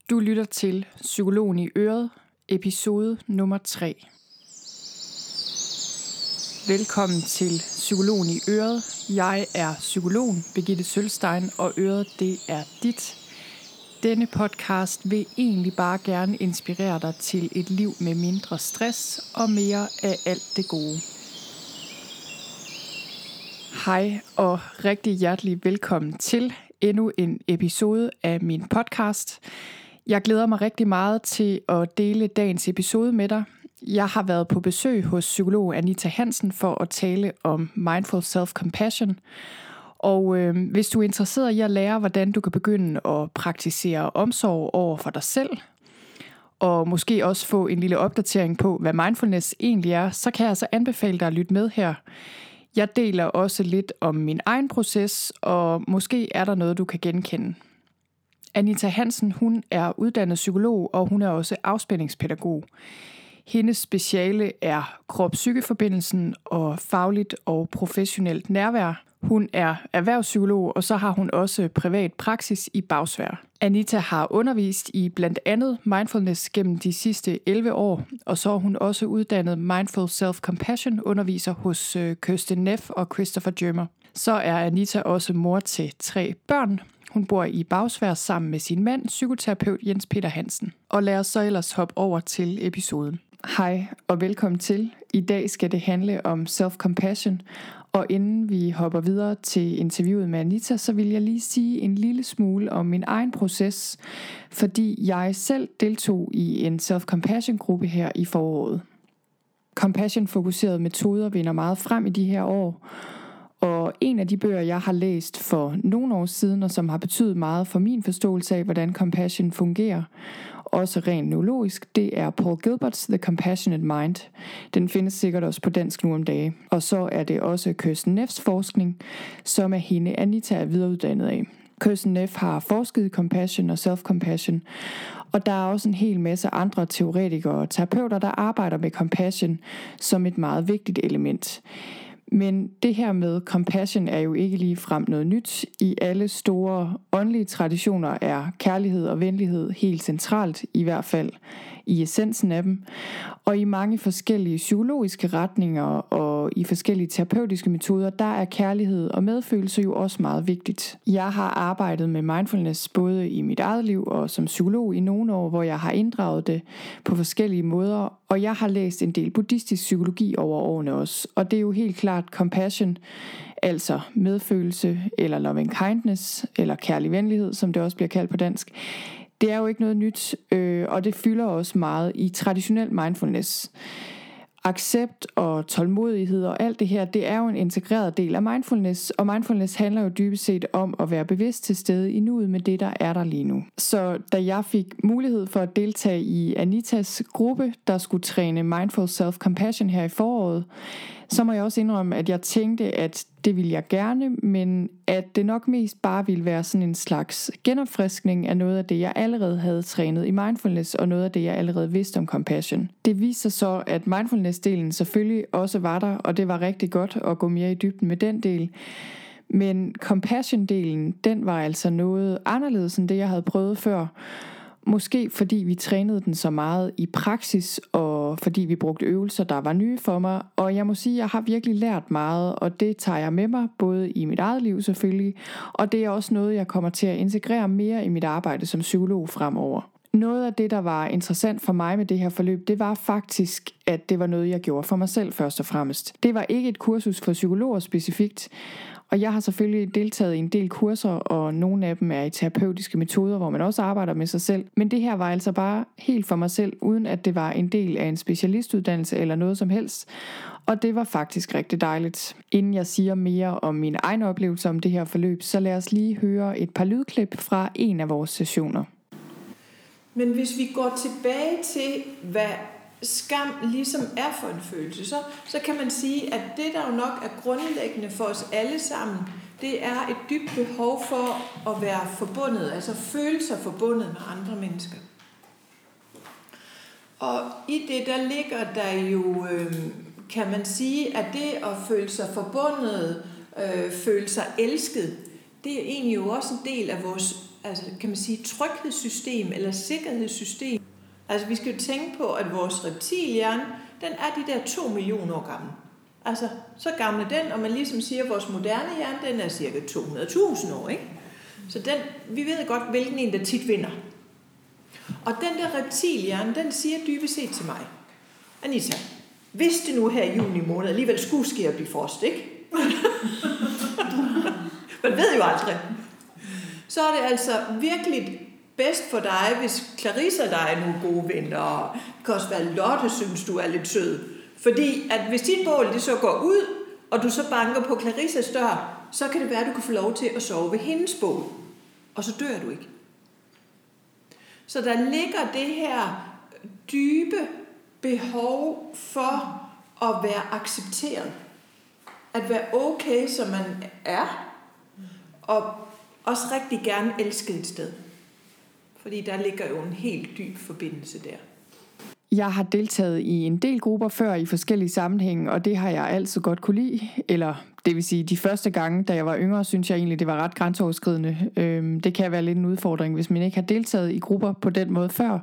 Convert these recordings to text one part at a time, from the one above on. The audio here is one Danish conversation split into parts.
Du lytter til Psykologen i Øret, episode nummer 3. Velkommen til Psykologen i Øret. Jeg er psykologen Birgitte Sølstein, og Øret det er dit. Denne podcast vil egentlig bare gerne inspirere dig til et liv med mindre stress og mere af alt det gode. Hej og rigtig hjertelig velkommen til endnu en episode af min podcast. Jeg glæder mig rigtig meget til at dele dagens episode med dig. Jeg har været på besøg hos psykolog Anita Hansen for at tale om Mindful Self-Compassion. Og hvis du er interesseret i at lære, hvordan du kan begynde at praktisere omsorg over for dig selv, og måske også få en lille opdatering på, hvad mindfulness egentlig er, så kan jeg altså anbefale dig at lytte med her. Jeg deler også lidt om min egen proces, og måske er der noget, du kan genkende. Anita Hansen, hun er uddannet psykolog, og hun er også afspændingspædagog. Hendes speciale er krop-psyke-forbindelsen og fagligt og professionelt nærvær. Hun er erhvervspsykolog, og så har hun også privat praksis i Bagsværd. Anita har undervist i blandt andet mindfulness gennem de sidste 11 år, og så er hun også uddannet Mindful Self-Compassion underviser hos Kirsten Neff og Christopher Germer. Så er Anita også mor til 3 børn. Hun bor i Bagsværd sammen med sin mand, psykoterapeut Jens Peter Hansen. Og lad os så ellers hoppe over til episoden. Hej og velkommen til. I dag skal det handle om self-compassion. Og inden vi hopper videre til interviewet med Anita, så vil jeg lige sige en lille smule om min egen proces, fordi jeg selv deltog i en self-compassion-gruppe her i foråret. Compassion-fokuserede metoder vinder meget frem i de her år, og en af de bøger, jeg har læst for nogle år siden, og som har betydet meget for min forståelse af, hvordan compassion fungerer, også rent neurologisk, det er Paul Gilbert's The Compassionate Mind. Den findes sikkert også på dansk nu om dage. Og så er det også Kirsten Neffs forskning, som er hende Anita er videreuddannet af. Kirsten Neff har forsket i compassion og self-compassion, og der er også en hel masse andre teoretikere og terapeuter, der arbejder med compassion som et meget vigtigt element. Men det her med compassion er jo ikke ligefrem noget nyt. I alle store åndelige traditioner er kærlighed og venlighed helt centralt, i hvert fald i essensen af dem. Og i mange forskellige psykologiske retninger og i forskellige terapeutiske metoder, der er kærlighed og medfølelse jo også meget vigtigt. Jeg har arbejdet med mindfulness både i mit eget liv og som psykolog i nogle år, hvor jeg har inddraget det på forskellige måder. Og jeg har læst en del buddhistisk psykologi over årene også. Og det er jo helt klart compassion, altså medfølelse eller loving kindness, eller kærlig venlighed, som det også bliver kaldt på dansk. Det er jo ikke noget nyt, og det fylder også meget i traditionel mindfulness. Accept og tålmodighed og alt det her, det er jo en integreret del af mindfulness, og mindfulness handler jo dybest set om at være bevidst til stede i nuet med det, der er der lige nu. Så da jeg fik mulighed for at deltage i Anitas gruppe, der skulle træne Mindful Self-Compassion her i foråret, så må jeg også indrømme, at jeg tænkte, at det ville jeg gerne, men at det nok mest bare ville være sådan en slags genopfriskning af noget af det, jeg allerede havde trænet i mindfulness, og noget af det, jeg allerede vidste om compassion. Det viste sig så, at mindfulness-delen selvfølgelig også var der, og det var rigtig godt at gå mere i dybden med den del. Men compassion-delen, den var altså noget anderledes end det, jeg havde prøvet før. Måske fordi vi trænede den så meget i praksis, og fordi vi brugte øvelser, der var nye for mig. Og jeg må sige, at jeg har virkelig lært meget, og det tager jeg med mig, både i mit eget liv selvfølgelig, og det er også noget, jeg kommer til at integrere mere i mit arbejde som psykolog fremover. Noget af det, der var interessant for mig med det her forløb, det var faktisk, at det var noget, jeg gjorde for mig selv først og fremmest. Det var ikke et kursus for psykologer specifikt, og jeg har selvfølgelig deltaget i en del kurser, og nogle af dem er i terapeutiske metoder, hvor man også arbejder med sig selv. Men det her var altså bare helt for mig selv, uden at det var en del af en specialistuddannelse eller noget som helst. Og det var faktisk rigtig dejligt. Inden jeg siger mere om mine egne oplevelser om det her forløb, så lad os lige høre et par lydklip fra en af vores sessioner. Men hvis vi går tilbage til, hvad skam ligesom er for en følelse, så kan man sige, at det, der jo nok er grundlæggende for os alle sammen, det er et dybt behov for at være forbundet, altså føle sig forbundet med andre mennesker. Og i det, der ligger der jo, kan man sige, at det at føle sig forbundet, føle sig elsket, det er egentlig jo også en del af altså kan man sige, tryghedssystem eller sikkerhedssystem. Altså vi skal jo tænke på, at vores reptilhjerne, den er de der 2 millioner år gammel. Altså så gammel er den, og man ligesom siger, at vores moderne hjerne, den er cirka 200.000 år, ikke? Så vi ved godt, hvilken en der tit vinder. Og den der reptilhjerne, den siger dybest set til mig, Anita, hvis det nu her i juni måned alligevel skulle ske at blive frost, ikke? Man ved jo aldrig. Så er det altså virkelig bedst for dig, hvis Clarissa og dig er nogle gode venner, og det kan også være Lotte, synes du er lidt sød. Fordi at hvis dit bål det så går ud, og du så banker på Clarissas dør, så kan det være, at du kan få lov til at sove ved hendes bål. Og så dør du ikke. Så der ligger det her dybe behov for at være accepteret. At være okay, som man er. Og også rigtig gerne elsket et sted. Fordi der ligger jo en helt dyb forbindelse der. Jeg har deltaget i en del grupper før i forskellige sammenhænge, og det har jeg altid godt kunne lide. Eller det vil sige, de første gange, da jeg var yngre, synes jeg egentlig, det var ret grænseoverskridende. Det kan være lidt en udfordring, hvis man ikke har deltaget i grupper på den måde før.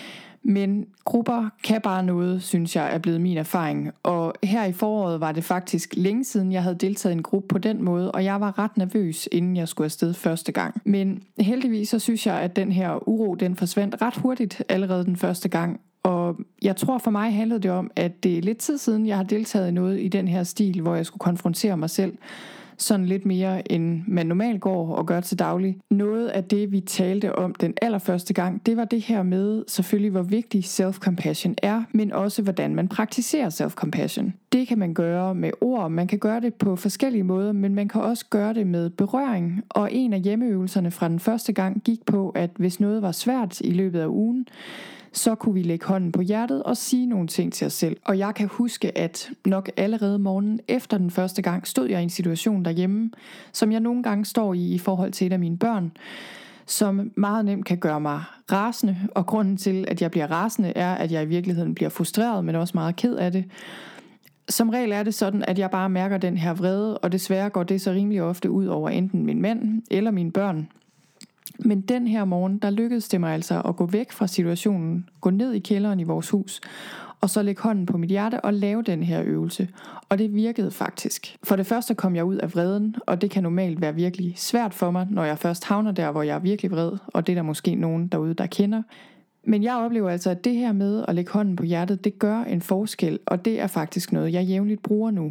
Men grupper kan bare noget, synes jeg, er blevet min erfaring. Og her i foråret var det faktisk længe siden, jeg havde deltaget i en gruppe på den måde, og jeg var ret nervøs, inden jeg skulle afsted første gang. Men heldigvis så synes jeg, at den her uro, den forsvandt ret hurtigt allerede den første gang. Og jeg tror for mig handlede det om, at det er lidt tid siden, jeg har deltaget i noget i den her stil, hvor jeg skulle konfrontere mig selv sådan lidt mere, end man normalt går og gør til daglig. Noget af det, vi talte om den allerførste gang, det var det her med selvfølgelig, hvor vigtig self-compassion er, men også hvordan man praktiserer self-compassion. Det kan man gøre med ord, man kan gøre det på forskellige måder, men man kan også gøre det med berøring. Og en af hjemmeøvelserne fra den første gang gik på, at hvis noget var svært i løbet af ugen, så kunne vi lægge hånden på hjertet og sige nogle ting til os selv. Og jeg kan huske, at nok allerede morgenen efter den første gang, stod jeg i en situation derhjemme, som jeg nogle gange står i forhold til et af mine børn, som meget nemt kan gøre mig rasende. Og grunden til, at jeg bliver rasende, er, at jeg i virkeligheden bliver frustreret, men også meget ked af det. Som regel er det sådan, at jeg bare mærker den her vrede, og desværre går det så rimelig ofte ud over enten min mand eller mine børn. Men den her morgen, der lykkedes det mig altså at gå væk fra situationen, gå ned i kælderen i vores hus, og så lægge hånden på mit hjerte og lave den her øvelse. Og det virkede faktisk. For det første kom jeg ud af vreden, og det kan normalt være virkelig svært for mig, når jeg først havner der, hvor jeg er virkelig vred, og det er der måske nogen derude, der kender. Men jeg oplever altså, at det her med at lægge hånden på hjertet, det gør en forskel, og det er faktisk noget, jeg jævnligt bruger nu.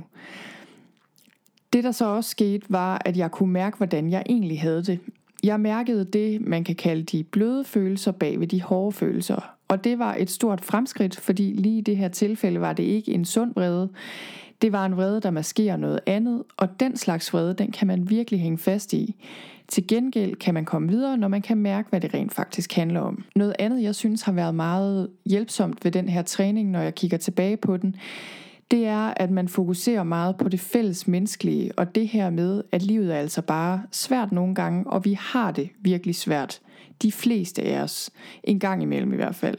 Det der så også skete, var, at jeg kunne mærke, hvordan jeg egentlig havde det. Jeg mærkede det, man kan kalde de bløde følelser bag ved de hårde følelser. Og det var et stort fremskridt, fordi lige i det her tilfælde var det ikke en sund vrede. Det var en vrede, der maskerer noget andet, og den slags vrede, den kan man virkelig hænge fast i. Til gengæld kan man komme videre, når man kan mærke, hvad det rent faktisk handler om. Noget andet, jeg synes har været meget hjælpsomt ved den her træning, når jeg kigger tilbage på den, det er, at man fokuserer meget på det fælles menneskelige, og det her med, at livet er altså bare svært nogle gange, og vi har det virkelig svært. De fleste af os. En gang imellem i hvert fald.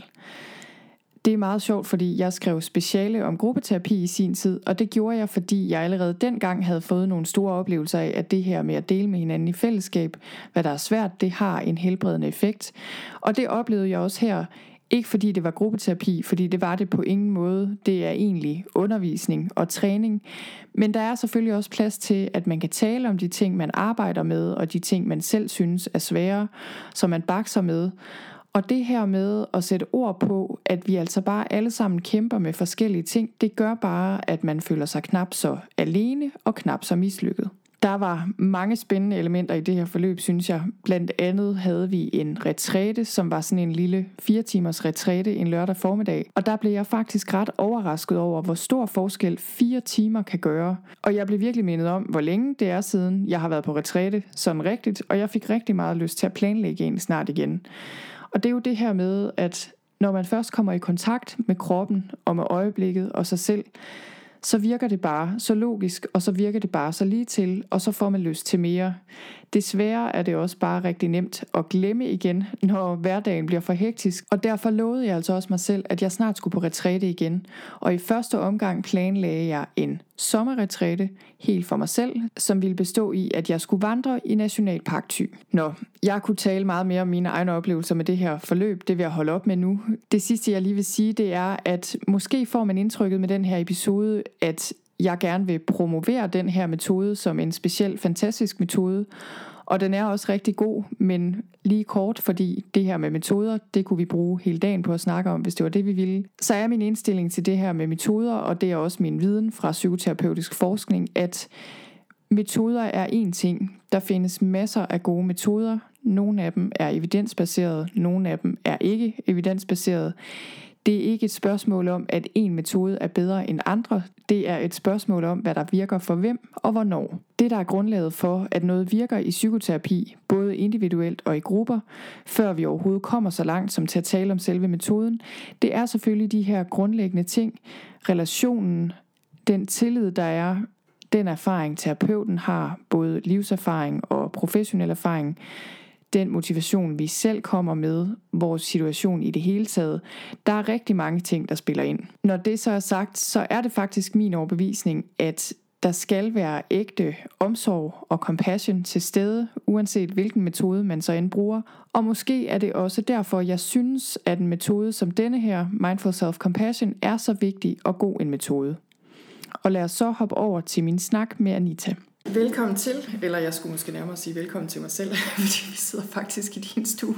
Det er meget sjovt, fordi jeg skrev speciale om gruppeterapi i sin tid, og det gjorde jeg, fordi jeg allerede dengang havde fået nogle store oplevelser af, at det her med at dele med hinanden i fællesskab, hvad der er svært, det har en helbredende effekt. Og det oplevede jeg også her. Ikke fordi det var gruppeterapi, fordi det var det på ingen måde. Det er egentlig undervisning og træning. Men der er selvfølgelig også plads til, at man kan tale om de ting, man arbejder med, og de ting, man selv synes er svære, som man bakser med. Og det her med at sætte ord på, at vi altså bare alle sammen kæmper med forskellige ting, det gør bare, at man føler sig knap så alene og knap så mislykket. Der var mange spændende elementer i det her forløb, synes jeg. Blandt andet havde vi en retræte, som var sådan en lille 4 timers retræte en lørdag formiddag. Og der blev jeg faktisk ret overrasket over, hvor stor forskel 4 timer kan gøre. Og jeg blev virkelig mindet om, hvor længe det er siden, jeg har været på retræte sådan rigtigt. Og jeg fik rigtig meget lyst til at planlægge en snart igen. Og det er jo det her med, at når man først kommer i kontakt med kroppen og med øjeblikket og sig selv, så virker det bare så logisk, og så virker det bare så lige til, og så får man lyst til mere. Desværre er det også bare rigtig nemt at glemme igen, når hverdagen bliver for hektisk, og derfor lovede jeg altså også mig selv, at jeg snart skulle på retræte igen. Og i første omgang planlagde jeg en sommerretræte helt for mig selv, som ville bestå i, at jeg skulle vandre i Nationalpark Thy. Jeg kunne tale meget mere om mine egne oplevelser med det her forløb, det vil jeg holde op med nu. Det sidste jeg lige vil sige, det er, at måske får man indtrykket med den her episode, at jeg gerne vil promovere den her metode som en speciel fantastisk metode, og den er også rigtig god, men lige kort, fordi det her med metoder, det kunne vi bruge hele dagen på at snakke om, hvis det var det, vi ville. Så er min indstilling til det her med metoder, og det er også min viden fra psykoterapeutisk forskning, at metoder er én ting. Der findes masser af gode metoder. Nogle af dem er evidensbaserede, nogle af dem er ikke evidensbaserede. Det er ikke et spørgsmål om, at en metode er bedre end andre. Det er et spørgsmål om, hvad der virker for hvem og hvornår. Det, der er grundlaget for, at noget virker i psykoterapi, både individuelt og i grupper, før vi overhovedet kommer så langt som til at tale om selve metoden, det er selvfølgelig de her grundlæggende ting. Relationen, den tillid, der er, den erfaring, terapeuten har, både livserfaring og professionel erfaring, den motivation, vi selv kommer med, vores situation i det hele taget. Der er rigtig mange ting, der spiller ind. Når det så er sagt, så er det faktisk min overbevisning, at der skal være ægte omsorg og compassion til stede, uanset hvilken metode man så end bruger. Og måske er det også derfor, jeg synes, at en metode som denne her, Mindful Self-Compassion, er så vigtig og god en metode. Og lad os så hoppe over til min snak med Anita. Velkommen til, eller jeg skulle måske nærmere sige velkommen til mig selv, fordi vi sidder faktisk i din stue.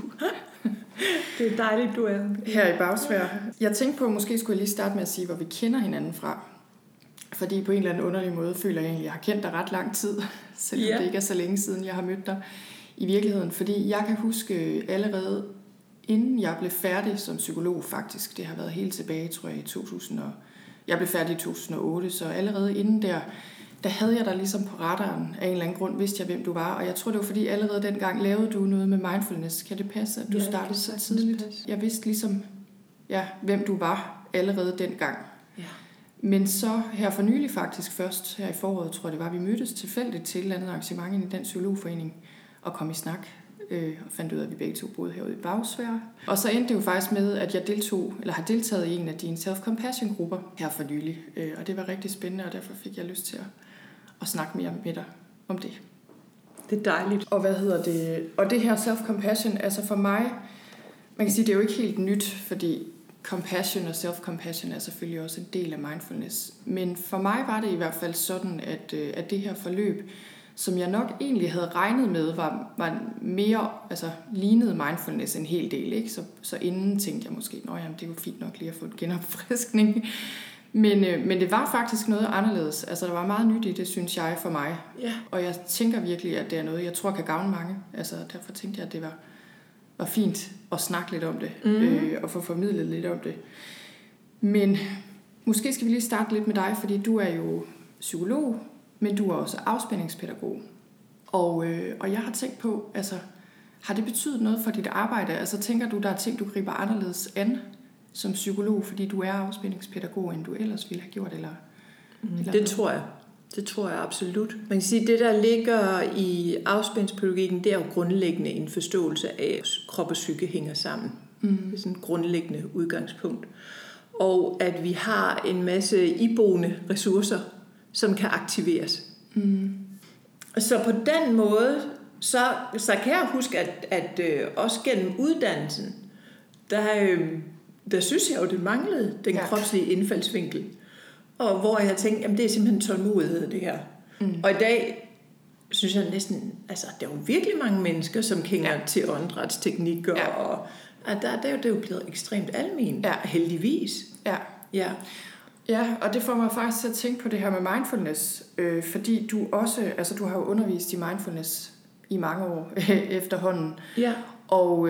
Det er dejligt, du er her i Bagsværd. Jeg tænkte på, måske skulle jeg lige starte med at sige, hvor vi kender hinanden fra. Fordi på en eller anden underlig måde føler jeg egentlig, at jeg har kendt dig ret lang tid, selvom det ikke er så længe siden, jeg har mødt dig i virkeligheden. Fordi jeg kan huske allerede, inden jeg blev færdig som psykolog faktisk, det har været helt tilbage, tror jeg, jeg blev færdig i 2008, så allerede inden der havde jeg dig ligesom på radaren af en eller anden grund, vidste jeg, hvem du var. Og jeg tror, det var fordi allerede dengang lavede du noget med mindfulness. Kan det passe, at du startede så tidligt? Jeg vidste ligesom, hvem du var allerede dengang. Ja. Men så her for nylig faktisk først, her i foråret, tror jeg det var, vi mødtes tilfældigt til et eller andet arrangement i den psykologforening og kom i snak. Og fandt ud af, at vi begge to boede herude i Bagsværd. Og så endte det jo faktisk med, at jeg har deltaget i en af dine self-compassion-grupper her for nylig. Og det var rigtig spændende, og derfor fik jeg lyst til at snakke mere med dig om det. Det er dejligt. Og Og det her self-compassion, altså for mig, man kan sige, det er jo ikke helt nyt, fordi compassion og self-compassion er selvfølgelig også en del af mindfulness. Men for mig var det i hvert fald sådan, at det her forløb, som jeg nok egentlig havde regnet med, var mere lignede mindfulness en hel del. Ikke? Så inden tænkte jeg måske, det er jo fint nok lige at få en genopfriskning. Men det var faktisk noget anderledes. Altså der var meget nyt i det, synes jeg, for mig. Yeah. Og jeg tænker virkelig, at det er noget, jeg tror kan gavne mange. Altså derfor tænkte jeg, at det var fint at snakke lidt om det. Og få formidlet lidt om det. Men måske skal vi lige starte lidt med dig, fordi du er jo psykolog, men du er også afspændingspædagog. Og jeg har tænkt på, har det betydet noget for dit arbejde? Altså tænker du, der er ting, du griber anderledes an som psykolog, fordi du er afspændingspædagog, end du ellers ville have gjort? Eller det tror jeg. Det tror jeg absolut. Man kan sige, at det, der ligger i afspændingspædagogikken, det er jo grundlæggende en forståelse af, at krop og psyke hænger sammen. Det er sådan et grundlæggende udgangspunkt. Og at vi har en masse iboende ressourcer, som kan aktiveres. Så på den måde, så kan jeg huske, at også gennem uddannelsen, der synes jeg jo, det manglede den kropslige indfaldsvinkel. Og hvor jeg tænkte, jamen det er simpelthen tålmodighed, det her. Og i dag synes jeg næsten, der er jo virkelig mange mennesker, som kender til åndedrætsteknikker, og at det er jo blevet ekstremt almen, heldigvis. Ja, og det får mig faktisk til at tænke på det her med mindfulness, fordi du også, du har jo undervist i mindfulness i mange år efterhånden. Ja. Og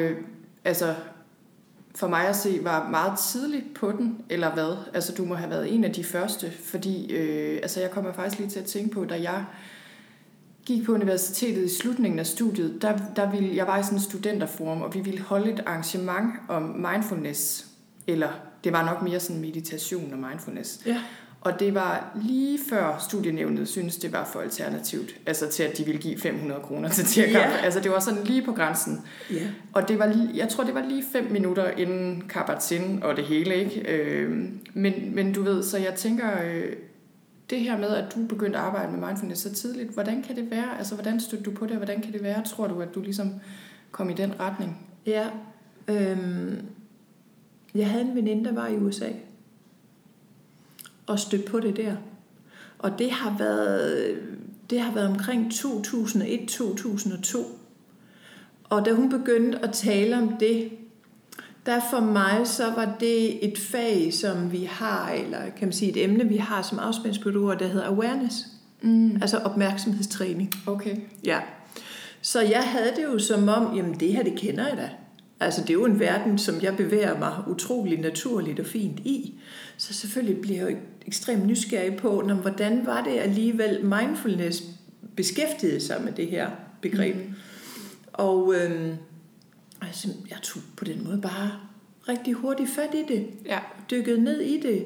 for mig at se, var meget tidligt på den, eller hvad? Altså du må have været en af de første, fordi jeg kommer faktisk lige til at tænke på, da jeg gik på universitetet i slutningen af studiet, jeg var i sådan en studenterforum, og vi ville holde et arrangement om mindfulness, eller det var nok mere sådan meditation og mindfulness. Ja. Og det var lige før studienævnet synes det var for alternativt. Altså til, at de ville give 500 kroner til Tia Kaffe. Altså det var sådan lige på grænsen. Ja. Og det var, jeg tror, det var lige 5 minutter inden Kabat-Zinn og det hele, ikke? Men du ved, så jeg tænker, det her med, at du begyndte at arbejde med mindfulness så tidligt, hvordan kan det være? Altså, hvordan stødte du på det? Hvordan kan det være? Tror du, at du ligesom kom i den retning? Ja. Jeg havde en veninde, der var i USA. Og stødte på det der. Og det har været omkring 2001-2002. Og da hun begyndte at tale om det, der for mig så var det et fag, som vi har, eller kan man sige et emne, vi har som afspændingspædagoger, der hedder awareness. Altså opmærksomhedstræning. Okay. Ja. Så jeg havde det jo som om, jamen det her, det kender jeg da. Altså det er jo en verden, som jeg bevæger mig utrolig naturligt og fint i. Så selvfølgelig bliver jeg jo ekstremt nysgerrig på, hvordan var det alligevel mindfulness beskæftigede sig med det her begreb. Og altså, jeg tog på den måde bare rigtig hurtigt fat i det. Ja. Dykkede ned i det.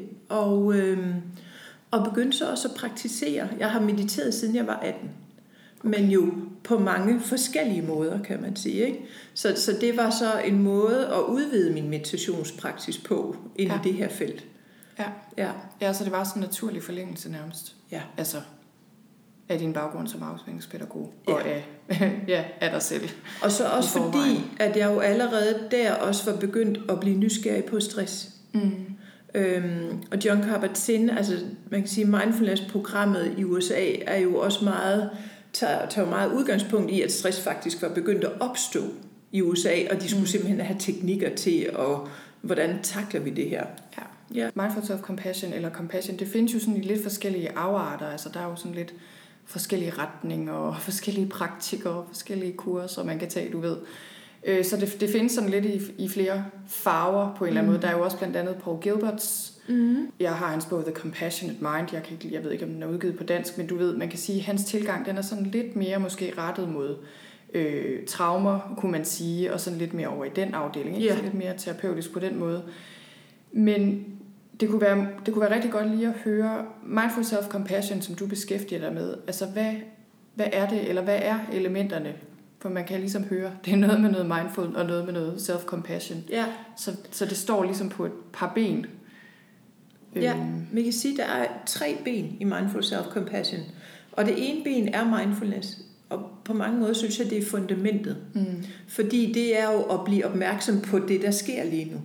Og begyndte så også at praktisere. Jeg har mediteret siden jeg var 18. Men jo på mange forskellige måder, kan man sige. Ikke? Så det var så en måde at udvide min meditationspraksis på ind i det her felt. Ja, så det var sådan en naturlig forlængelse nærmest. Ja. Altså af din baggrund som afspændingspædagog og af dig selv. Og så også fordi, at jeg jo allerede der også var begyndt at blive nysgerrig på stress. Og Jon Kabat-Zinn, altså man kan sige mindfulness-programmet i USA er jo også meget tager meget udgangspunkt i, at stress faktisk var begyndt at opstå i USA, og de skulle simpelthen have teknikker til, og hvordan takler vi det her. Ja. Mindful self-compassion eller compassion, det findes jo sådan i lidt forskellige afarter, altså der er jo sådan lidt forskellige retninger, og forskellige praktikker, og forskellige kurser, man kan tage, du ved. Så det findes sådan lidt i flere farver på en eller anden måde. Der er jo også blandt andet Paul Gilberts. Jeg har hans bog The Compassionate Mind. Jeg ved ikke, om den er udgivet på dansk, men du ved, man kan sige, at hans tilgang, den er sådan lidt mere måske rettet mod traumer, kunne man sige, og sådan lidt mere over i den afdeling. Ikke? Så lidt mere terapeutisk på den måde. Men det kunne være rigtig godt lige at høre mindful self-compassion, som du beskæftiger dig med. Altså, hvad er det, eller hvad er elementerne? For man kan ligesom høre, det er noget med noget mindful og noget med noget self-compassion. Ja. Så det står ligesom på et par ben. Ja, man kan sige, at der er 3 ben i mindful self-compassion. Og det ene ben er mindfulness. Og på mange måder synes jeg, det er fundamentet. Fordi det er jo at blive opmærksom på det, der sker lige nu.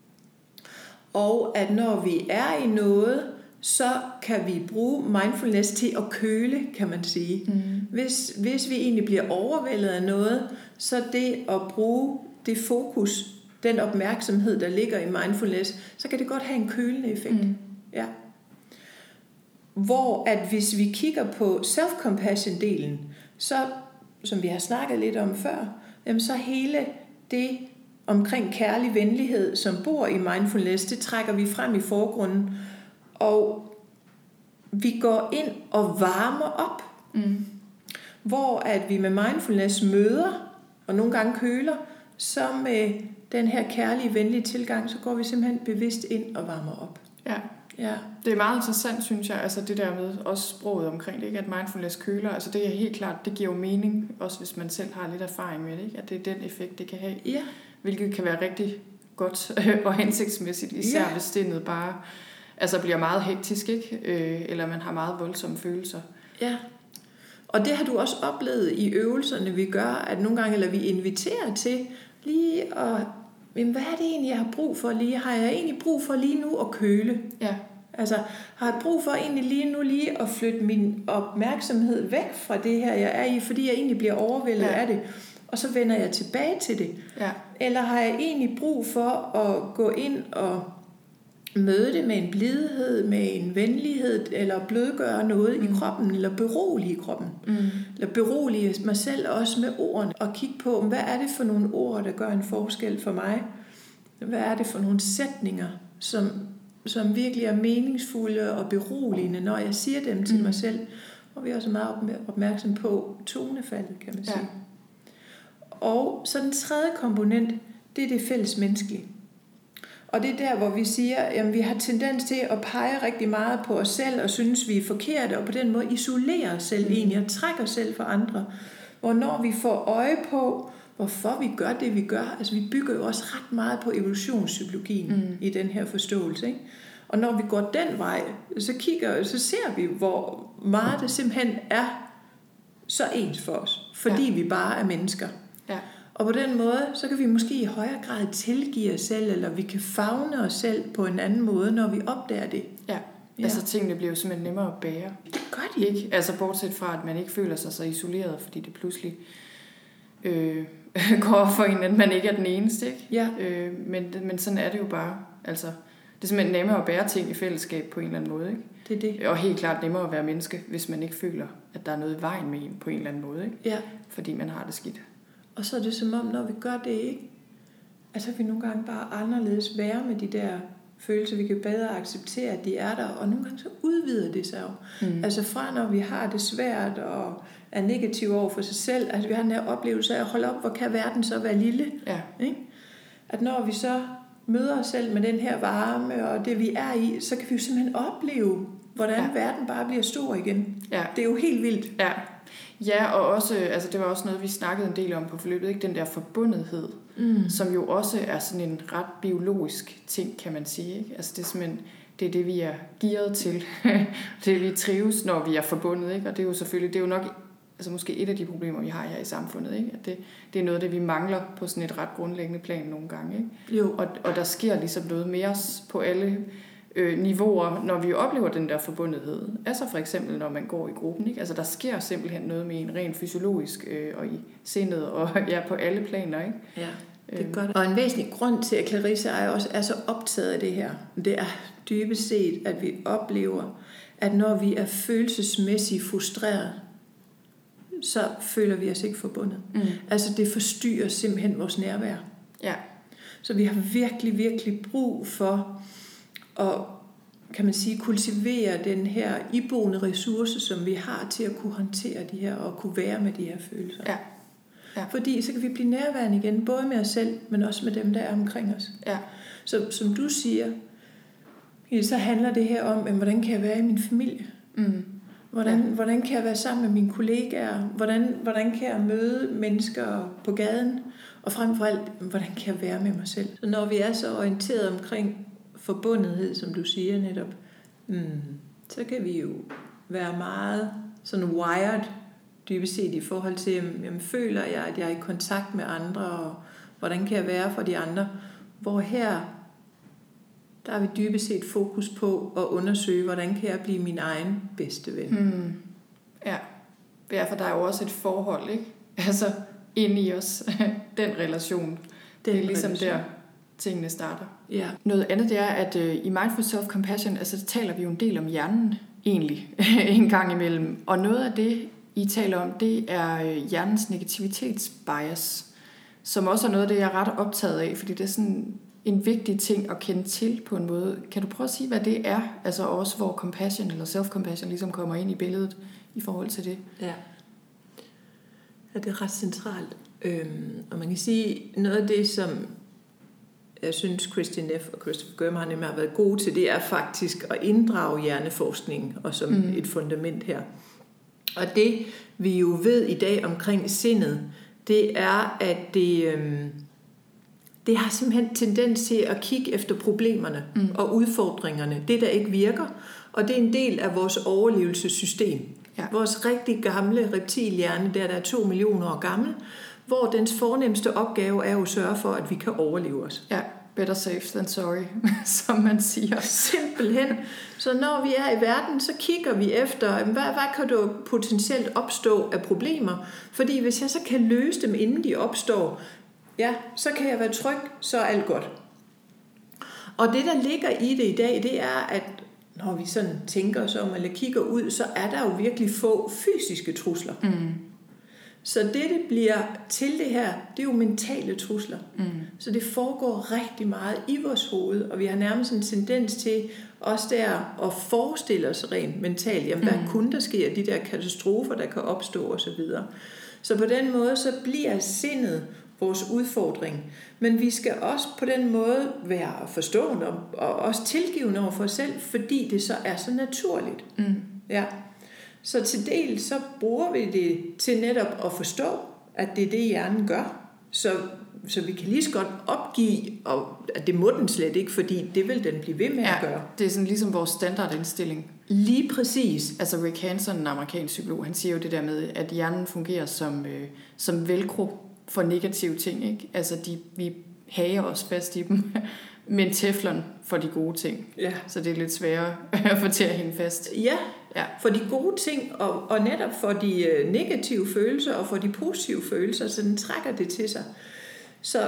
Og at når vi er i noget, så kan vi bruge mindfulness til at køle, kan man sige. Hvis vi egentlig bliver overvældet af noget, så det at bruge det fokus, den opmærksomhed, der ligger i mindfulness, så kan det godt have en kølende effekt. Ja. Hvor at hvis vi kigger på self-compassion-delen, så, som vi har snakket lidt om før, jamen så hele det omkring kærlig venlighed, som bor i mindfulness, det trækker vi frem i forgrunden, og vi går ind og varmer op. Hvor at vi med mindfulness møder, og nogle gange køler, så med den her kærlige, venlige tilgang, så går vi simpelthen bevidst ind og varmer op. Ja. Det er meget interessant, synes jeg, altså det der med også sproget omkring det, ikke? At mindfulness køler, altså det er helt klart, det giver jo mening, også hvis man selv har lidt erfaring med det, ikke? At det er den effekt, det kan have. Ja. Hvilket kan være rigtig godt og hensigtsmæssigt, især hvis sindet bare bliver meget hektisk, ikke? Eller man har meget voldsomme følelser. Ja. Og det har du også oplevet i øvelserne, vi gør, at nogle gange, eller vi inviterer til lige at, men hvad er det egentlig, jeg har brug for lige? Har jeg egentlig brug for lige nu at køle? Ja. Altså, har jeg brug for egentlig lige at flytte min opmærksomhed væk fra det her, jeg er i, fordi jeg egentlig bliver overvældet af det, og så vender jeg tilbage til det? Ja. Eller har jeg egentlig brug for at gå ind og møde det med en blidhed, med en venlighed, eller blødgøre noget i kroppen, eller berolige kroppen. Eller berolige mig selv også med ordene, og kigge på, hvad er det for nogle ord, der gør en forskel for mig? Hvad er det for nogle sætninger, som virkelig er meningsfulde og beroligende, når jeg siger dem til mig selv? Og vi er også meget opmærksom på tonefaldet, kan man sige. Ja. Og så den tredje komponent, det er det fælles menneskelige. Og det er der, hvor vi siger, at vi har tendens til at pege rigtig meget på os selv, og synes, vi er forkerte, og på den måde isolere os selv egentlig, og trække os selv fra andre. Hvor når vi får øje på, hvorfor vi gør det, vi gør, altså vi bygger jo også ret meget på evolutionspsykologien i den her forståelse, ikke? Og når vi går den vej, så ser vi, hvor meget det simpelthen er så ens for os, fordi vi bare er mennesker. Ja. Og på den måde, så kan vi måske i højere grad tilgive os selv, eller vi kan favne os selv på en anden måde, når vi opdager det. Ja, altså tingene bliver jo simpelthen nemmere at bære. Det gør de ikke. Altså bortset fra, at man ikke føler sig så isoleret, fordi det pludselig går op for en, at man ikke er den eneste. Ikke? Ja. Men sådan er det jo bare. Altså, det er simpelthen nemmere at bære ting i fællesskab på en eller anden måde. Ikke? Det er det. Og helt klart nemmere at være menneske, hvis man ikke føler, at der er noget i vejen med en på en eller anden måde. Ikke? Ja. Fordi man har det skidt. Og så er det som om, når vi gør det ikke, altså vi nogle gange bare anderledes være med de der følelser. Vi kan bedre acceptere, at de er der, og nogle gange så udvider det sig jo. Altså fra når vi har det svært og er negativ over for sig selv, altså vi har den her oplevelse af at holde op, hvor kan verden så være lille? Ja. Ikke? At når vi så møder os selv med den her varme og det vi er i, så kan vi jo simpelthen opleve, hvordan verden bare bliver stor igen. Ja. Det er jo helt vildt. Ja. Ja, og også, altså det var også noget, vi snakkede en del om på forløbet, ikke? Den der forbundethed, som jo også er sådan en ret biologisk ting, kan man sige. Ikke? Altså det er simpelthen, det er det, vi er gearet til. Det vi trives, når vi er forbundet. Ikke? Og det er jo selvfølgelig, det er jo nok altså måske et af de problemer, vi har her i samfundet. Ikke? At det er noget af det, vi mangler på sådan et ret grundlæggende plan nogle gange. Ikke? Jo. Og der sker ligesom noget med os på alle niveauer, når vi oplever den der forbundethed. Altså for eksempel, når man går i gruppen. Ikke? Altså der sker simpelthen noget med en rent fysiologisk og i sindet og på alle planer. Ikke? Ja, det er godt. Og en væsentlig grund til, at Clarisse og jeg også er så optaget af det her, det er dybest set, at vi oplever, at når vi er følelsesmæssigt frustreret, så føler vi os ikke forbundet. Altså det forstyrrer simpelthen vores nærvær. Ja. Så vi har virkelig, virkelig brug for at, kan man sige, kultivere den her iboende ressource, som vi har til at kunne håndtere de her, og kunne være med de her følelser. Ja. Ja. Fordi så kan vi blive nærværende igen, både med os selv, men også med dem, der er omkring os. Ja. Så som du siger, så handler det her om, hvordan kan jeg være i min familie? Hvordan kan jeg være sammen med mine kollegaer? Hvordan kan jeg møde mennesker på gaden? Og frem for alt, hvordan kan jeg være med mig selv? Så når vi er så orienteret omkring forbundethed, som du siger netop, så kan vi jo være meget sådan wired, dybest set i forhold til, jamen, føler jeg, at jeg er i kontakt med andre, og hvordan kan jeg være for de andre? Hvor her, der har vi dybest set fokus på at undersøge, hvordan kan jeg blive min egen bedste ven. Ja, for der er jo også et forhold, ikke? Altså, inde i os, den relation. Det er ligesom der, tingene starter. Ja. Noget andet det er, at i Mindful Self-Compassion, altså taler vi jo en del om hjernen, egentlig, en gang imellem. Og noget af det, I taler om, det er hjernens negativitetsbias, som også er noget af det, jeg er ret optaget af, fordi det er sådan en vigtig ting at kende til på en måde. Kan du prøve at sige, hvad det er? Altså også hvor compassion eller self-compassion ligesom kommer ind i billedet i forhold til det. Ja, det er ret centralt. Og man kan sige, noget af det, som jeg synes Christian Neff og Christopher Germer har været gode til, det er faktisk at inddrage hjerneforskning og som et fundament her. Og det vi jo ved i dag omkring sindet, det er, at det har simpelthen tendens til at kigge efter problemerne og udfordringerne, det der ikke virker, og det er en del af vores overlevelsessystem. Ja. Vores rigtig gamle reptilhjerne, der er 2 millioner år gammel, hvor dens fornemmeste opgave er at sørge for, at vi kan overleve os. Ja, better safe than sorry, som man siger. Simpelthen. Så når vi er i verden, så kigger vi efter, hvad kan der potentielt opstå af problemer? Fordi hvis jeg så kan løse dem, inden de opstår, ja, så kan jeg være tryg, så er alt godt. Og det, der ligger i det i dag, det er, at når vi sådan tænker os om, eller kigger ud, så er der jo virkelig få fysiske trusler. Så det bliver til det her, det er jo mentale trusler. Så det foregår rigtig meget i vores hoved, og vi har nærmest en tendens til også der at forestille os rent mentalt, jamen hvad kunne der ske af de der katastrofer, der kan opstå osv. Så på den måde, så bliver sindet vores udfordring. Men vi skal også på den måde være forstående og også tilgivende over for os selv, fordi det så er så naturligt. Ja. Så til del så bruger vi det til netop at forstå, at det er det, hjernen gør. Så vi kan lige så godt opgive, og at det må den slet ikke, fordi det vil den blive ved med at gøre. Det er sådan ligesom vores standardindstilling. Lige præcis. Altså Rick Hanson, en amerikansk psykolog, han siger jo det der med, at hjernen fungerer som velcro for negative ting, ikke? Altså vi hager os fast i dem, men teflon for de gode ting. Ja. Så det er lidt sværere at få til at hænge fast. Ja, for de gode ting, og netop for de negative følelser, og for de positive følelser, så den trækker det til sig. Så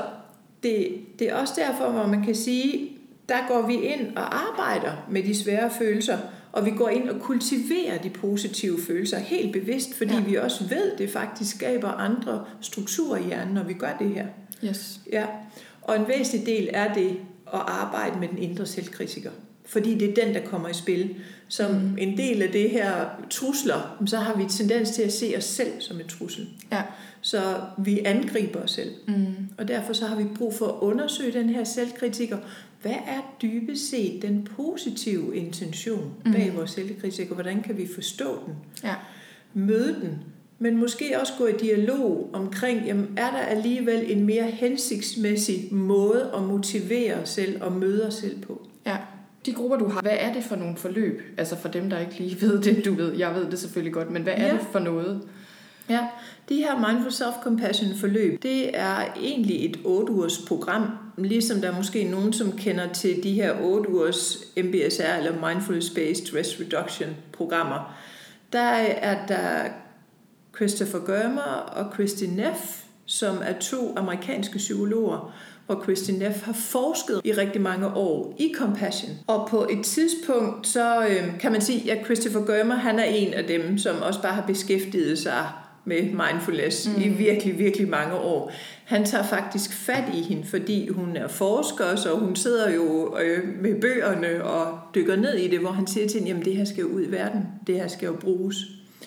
det er også derfor, hvor man kan sige, der går vi ind og arbejder med de svære følelser, og vi går ind og kultiverer de positive følelser helt bevidst, fordi vi også ved, at det faktisk skaber andre strukturer i hjernen, når vi gør det her. Yes. Ja. Og en væsentlig del er det at arbejde med den indre selvkritiker, fordi det er den, der kommer i spil. Som en del af det her trusler, så har vi tendens til at se os selv som en trussel. Ja. Så vi angriber os selv. Og derfor så har vi brug for at undersøge den her selvkritiker. Hvad er dybest set den positive intention bag vores selvkritiker? Hvordan kan vi forstå den? Ja. Møde den. Men måske også gå i dialog omkring, jamen, er der alligevel en mere hensigtsmæssig måde at motivere os selv og møde os selv på? Ja. De grupper, du har, hvad er det for nogle forløb? Altså for dem, der ikke lige ved det, du ved. Jeg ved det selvfølgelig godt, men hvad er det for noget? Ja, de her Mindful Self-Compassion forløb, det er egentlig et 8-ugers program, ligesom der er måske nogen, som kender til de her 8-ugers MBSR eller Mindfulness-Based Stress Reduction programmer. Der er der Christopher Germer og Kristin Neff, som er 2 amerikanske psykologer, hvor Kristin Neff har forsket i rigtig mange år i compassion. Og på et tidspunkt, så kan man sige, at Christopher Germer, han er en af dem, som også bare har beskæftiget sig med mindfulness i virkelig, virkelig mange år. Han tager faktisk fat i hende, fordi hun er forsker, så hun sidder jo med bøgerne og dykker ned i det, hvor han siger til hende, jamen det her skal jo ud i verden, det her skal jo bruges.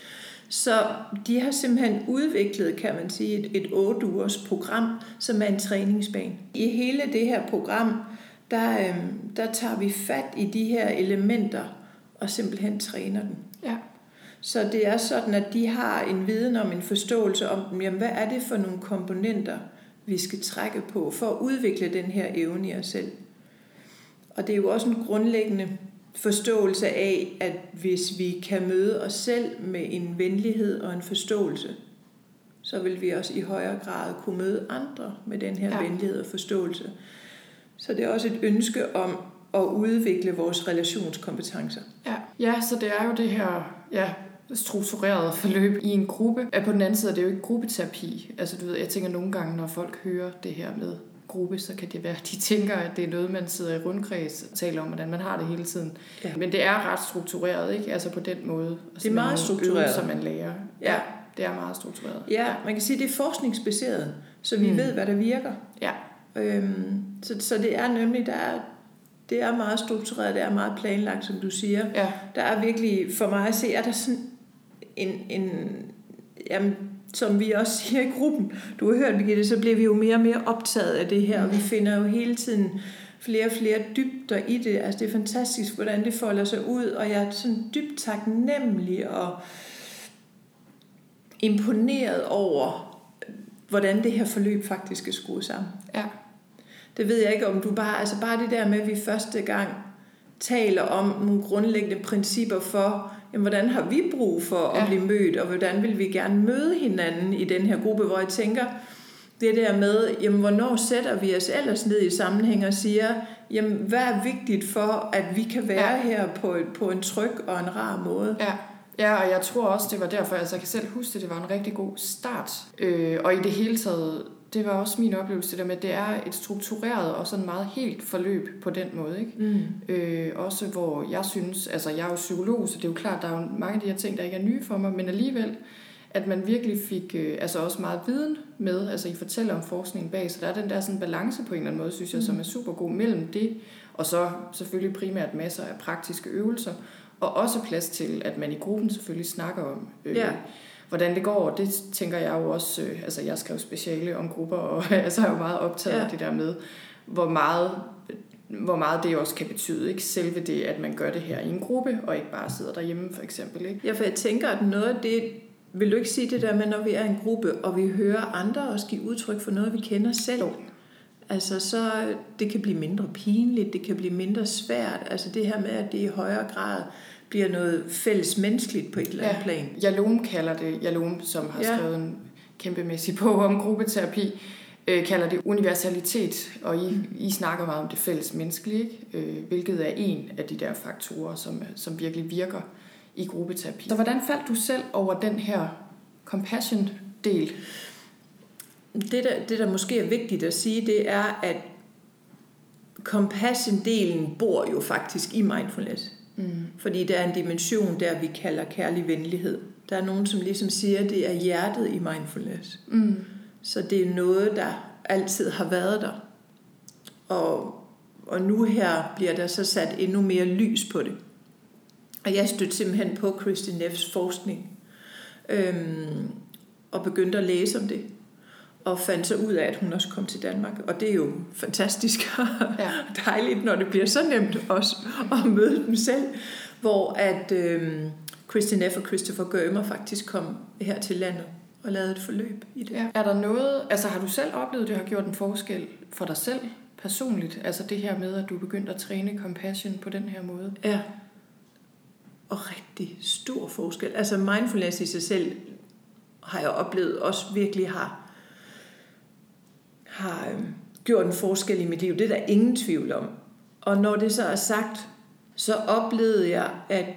Så de har simpelthen udviklet, kan man sige, et 8-ugers program, som er en træningsbane. I hele det her program, der tager vi fat i de her elementer og simpelthen træner dem. Ja. Så det er sådan, at de har en viden om, en forståelse om, jamen, hvad er det for nogle komponenter, vi skal trække på for at udvikle den her evne i os selv. Og det er jo også en grundlæggende forståelse af, at hvis vi kan møde os selv med en venlighed og en forståelse, så vil vi også i højere grad kunne møde andre med den her venlighed og forståelse. Så det er også et ønske om at udvikle vores relationskompetencer. Ja, så det er jo det her strukturerede forløb i en gruppe. På den anden side er det jo ikke gruppeterapi. Altså du ved, jeg tænker nogle gange, når folk hører det her med gruppe, så kan det være, at de tænker, at det er noget, man sidder i rundkreds og taler om, hvordan man har det hele tiden. Ja. Men det er ret struktureret, ikke? Altså på den måde. Det er meget struktureret. Som man lærer. Ja, det er meget struktureret. Ja, man kan sige, at det er forskningsbaseret, så vi ved, hvad der virker. Ja. Så det er nemlig, det er meget struktureret, det er meget planlagt, som du siger. Ja. Der er virkelig, for mig at se, er der sådan jamen, som vi også siger i gruppen, du har hørt, Birgitte, så bliver vi jo mere og mere optaget af det her, og vi finder jo hele tiden flere og flere dybder i det. Altså det er fantastisk, hvordan det folder sig ud, og jeg er sådan dybt taknemmelig og imponeret over, hvordan det her forløb faktisk er skruet sammen. Ja. Det ved jeg ikke, om du bare det der med, at vi første gang taler om nogle grundlæggende principper for, jamen, hvordan har vi brug for at blive mødt, og hvordan vil vi gerne møde hinanden i den her gruppe, hvor jeg tænker, det der med, jamen, hvornår sætter vi os ellers ned i sammenhæng og siger, jamen, hvad er vigtigt for, at vi kan være her på en tryg og en rar måde. Ja, og jeg tror også, det var derfor, altså jeg kan selv huske, det var en rigtig god start. Og i det hele taget, det var også min oplevelse, det der med, at det er et struktureret og sådan meget helt forløb på den måde, ikke? Også hvor jeg synes, altså jeg er jo psykolog, så det er jo klart, der er jo mange af de her ting, der ikke er nye for mig, men alligevel, at man virkelig fik altså også meget viden med, altså I fortæller om forskningen bag, så der er den der sådan balance på en eller anden måde, synes jeg, som er super god mellem det, og så selvfølgelig primært masser af praktiske øvelser, og også plads til, at man i gruppen selvfølgelig snakker om, hvordan det går, det tænker jeg jo også, altså jeg skrev speciale om grupper, og altså er jo meget optaget af det der med, hvor meget det også kan betyde, ikke? Selve det, at man gør det her i en gruppe, og ikke bare sidder derhjemme, for eksempel, ikke? Ja, for jeg tænker, at noget af det, vil du ikke sige det der med, når vi er en gruppe, og vi hører andre også give udtryk for noget, vi kender selv? Jo. Altså, så det kan blive mindre pinligt, det kan blive mindre svært, altså det her med, at det i højere grad bliver noget fælles menneskeligt på et eller andet plan. Jalom kalder det, Jalom, som har skrevet en kæmpemæssig bog om gruppeterapi, kalder det universalitet, og I snakker meget om det fælles menneskelige, hvilket er en af de der faktorer, som virkelig virker i gruppeterapi. Så hvordan faldt du selv over den her compassion-del? Det, der måske er vigtigt at sige, det er, at compassion-delen bor jo faktisk i mindfulness. Fordi der er en dimension der, vi kalder kærlig venlighed. Der er nogen, som ligesom siger, at det er hjertet i mindfulness. Så det er noget, der altid har været der. Og nu her bliver der så sat endnu mere lys på det. Og jeg stødte simpelthen på Kristin Neffs forskning. Og begyndte at læse om det. Og fandt så ud af, at hun også kom til Danmark. Og det er jo fantastisk og dejligt, når det bliver så nemt også at møde dem selv. Hvor at Kristin Neff og Christopher Germer faktisk kom her til landet og lavede et forløb i det. Ja. Er der noget, altså har du selv oplevet, det har gjort en forskel for dig selv personligt? Altså det her med, at du begyndte at træne compassion på den her måde? Ja. Og rigtig stor forskel. Altså mindfulness i sig selv har jeg oplevet også virkelig har gjort en forskel i mit liv. Det er der ingen tvivl om. Og når det så er sagt, så oplevede jeg,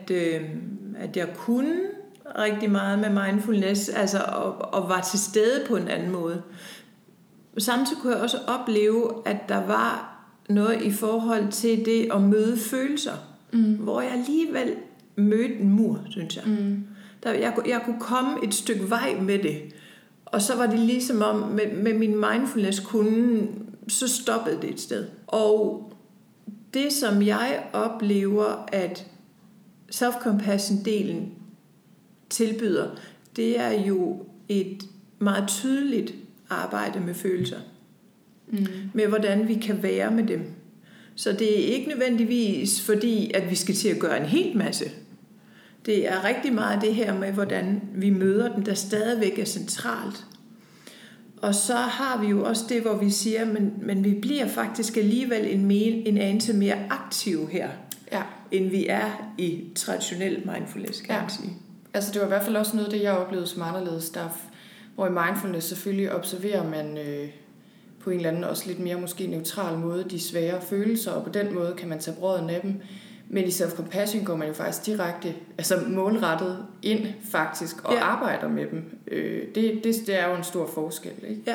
at jeg kunne rigtig meget med mindfulness, altså og var til stede på en anden måde. Samtidig kunne jeg også opleve, at der var noget i forhold til det at møde følelser, hvor jeg alligevel mødte en mur, synes jeg. Jeg kunne komme et stykke vej med det, og så var det ligesom om, med min mindfulness så stoppede det et sted. Og det, som jeg oplever, at self-compassion-delen tilbyder, det er jo et meget tydeligt arbejde med følelser. Med hvordan vi kan være med dem. Så det er ikke nødvendigvis fordi, at vi skal til at gøre en hel masse. Det er rigtig meget det her med, hvordan vi møder dem, der stadigvæk er centralt. Og så har vi jo også det, hvor vi siger, men vi bliver faktisk alligevel en anelse mere aktiv her, end vi er i traditionel mindfulness, kan man sige. Altså det var i hvert fald også noget, det jeg oplevede som anderledes stuff, hvor i mindfulness selvfølgelig observerer man på en eller anden også lidt mere måske neutral måde de svære følelser, og på den måde kan man tage brodden af dem. Men i self-compassion går man jo faktisk direkte, altså målrettet ind faktisk, og arbejder med dem. Det er jo en stor forskel, ikke?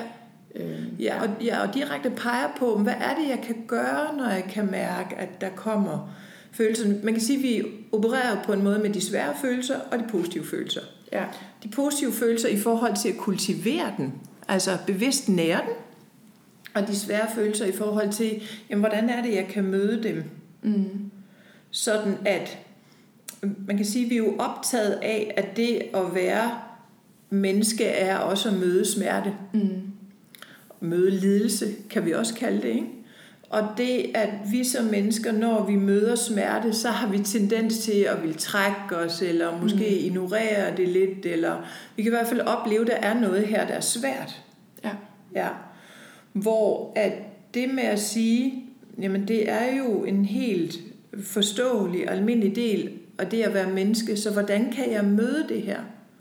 Og direkte peger på, hvad er det, jeg kan gøre, når jeg kan mærke, at der kommer følelser. Man kan sige, at vi opererer på en måde med de svære følelser og de positive følelser. Ja. De positive følelser i forhold til at kultivere den, altså bevidst nære den, og de svære følelser i forhold til, jamen, hvordan er det, jeg kan møde dem. Sådan at, man kan sige, at vi er jo optaget af, at det at være menneske er også at møde smerte. Møde lidelse, kan vi også kalde det, ikke? Og det, at vi som mennesker, når vi møder smerte, så har vi tendens til at ville trække os, eller måske ignorere det lidt, eller vi kan i hvert fald opleve, at der er noget her, der er svært. Ja. Hvor at det med at sige, jamen det er jo en helt forståelig og almindelig del af det at være menneske, så hvordan kan jeg møde det her?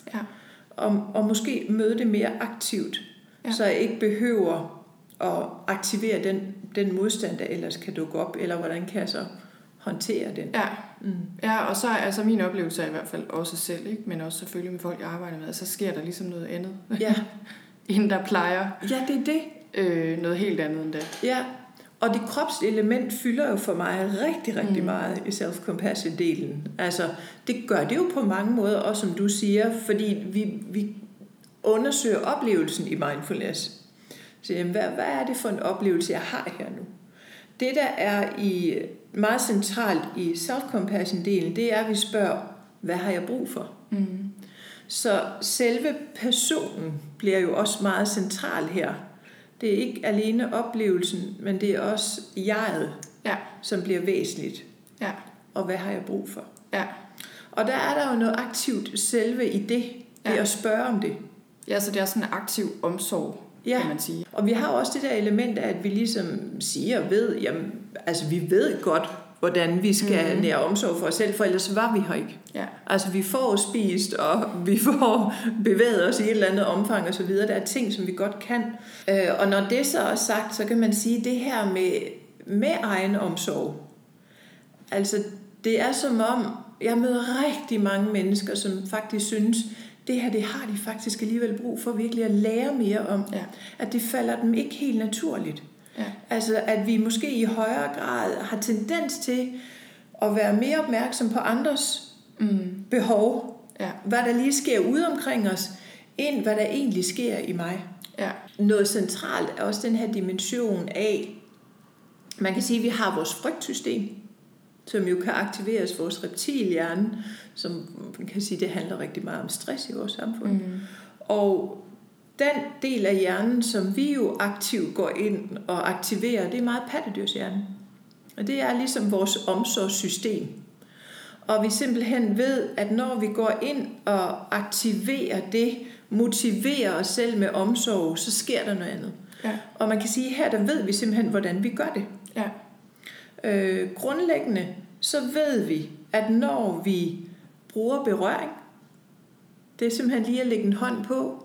Og måske møde det mere aktivt, så jeg ikke behøver at aktivere den modstand, der ellers kan dukke op, eller hvordan kan jeg så håndtere den? Og så altså min oplevelse er i hvert fald også selv, ikke? Men også selvfølgelig med folk, jeg arbejder med, så sker der ligesom noget andet, end der plejer. Ja, det er det. Noget helt andet end det. Ja, og det kropselement fylder jo for mig rigtig, rigtig meget i self-compassion-delen. Altså, det gør det jo på mange måder, også som du siger, fordi vi undersøger oplevelsen i mindfulness. Så jamen, hvad er det for en oplevelse, jeg har her nu? Det, der er meget centralt i self-compassion-delen, det er, at vi spørger, hvad har jeg brug for? Så selve personen bliver jo også meget central her. Det er ikke alene oplevelsen, men det er også jeget, som bliver væsentligt. Ja. Og hvad har jeg brug for? Ja. Og der er der jo noget aktivt selve i det, at spørge om det. Ja, så det er sådan en aktiv omsorg, kan man sige. Og vi har også det der element af, at vi ligesom siger og ved, jamen, altså vi ved godt, hvordan vi skal nære omsorg for os selv, for ellers var vi her ikke. Ja. Altså vi får spist, og vi får bevæget os i et eller andet omfang og så videre. Der er ting, som vi godt kan. Og når det så er sagt, så kan man sige, det her med egen omsorg. Altså det er som om, jeg møder rigtig mange mennesker, som faktisk synes, det her, det har de faktisk alligevel brug for virkelig at lære mere om. Ja. At det falder dem ikke helt naturligt. Ja. Altså at vi måske i højere grad har tendens til at være mere opmærksom på andres behov. Ja. Hvad der lige sker ude omkring os, end hvad der egentlig sker i mig. Ja. Noget centralt er også den her dimension af, man kan sige, at vi har vores frygtsystem, som jo kan aktiveres, vores reptilhjerne, som man kan sige, det handler rigtig meget om stress i vores samfund. Og den del af hjernen, som vi jo aktivt går ind og aktiverer, det er meget pattedyrshjernen. Og det er ligesom vores omsorgssystem. Og vi simpelthen ved, at når vi går ind og aktiverer det, motiverer os selv med omsorg, så sker der noget andet. Ja. Og man kan sige, her der ved vi simpelthen, hvordan vi gør det. Ja. Grundlæggende, så ved vi, at når vi bruger berøring, det er simpelthen lige at lægge en hånd på,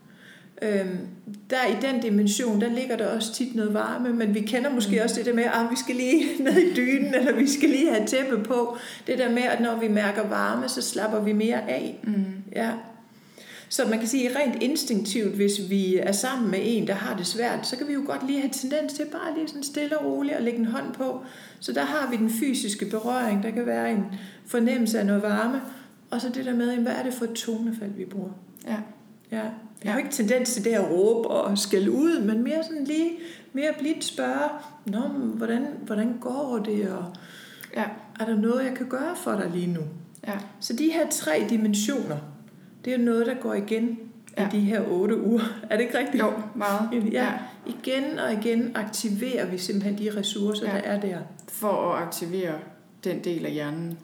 der i den dimension, der ligger der også tit noget varme, men vi kender måske også det der med, at vi skal lige ned i dynen, eller vi skal lige have tæppe på. Det der med, at når vi mærker varme, så slapper vi mere af. Ja. Så man kan sige, rent instinktivt, hvis vi er sammen med en, der har det svært, så kan vi jo godt lige have tendens til bare lige sådan stille og roligt at lægge en hånd på. Så der har vi den fysiske berøring, der kan være en fornemmelse af noget varme, og så det der med, hvad er det for et tonefald, vi bruger. Ja. Ja. Jeg har jo ikke tendens til det at råbe og skælde ud, men mere sådan lige mere blidt spørge, hvordan går det, og er der noget, jeg kan gøre for dig lige nu? Ja. Så de her 3 dimensioner, det er noget, der går igen i de her 8 uger. Er det ikke rigtigt? Jo, meget. Ja. Igen og igen aktiverer vi simpelthen de ressourcer, der er der. For at aktivere den del af hjernen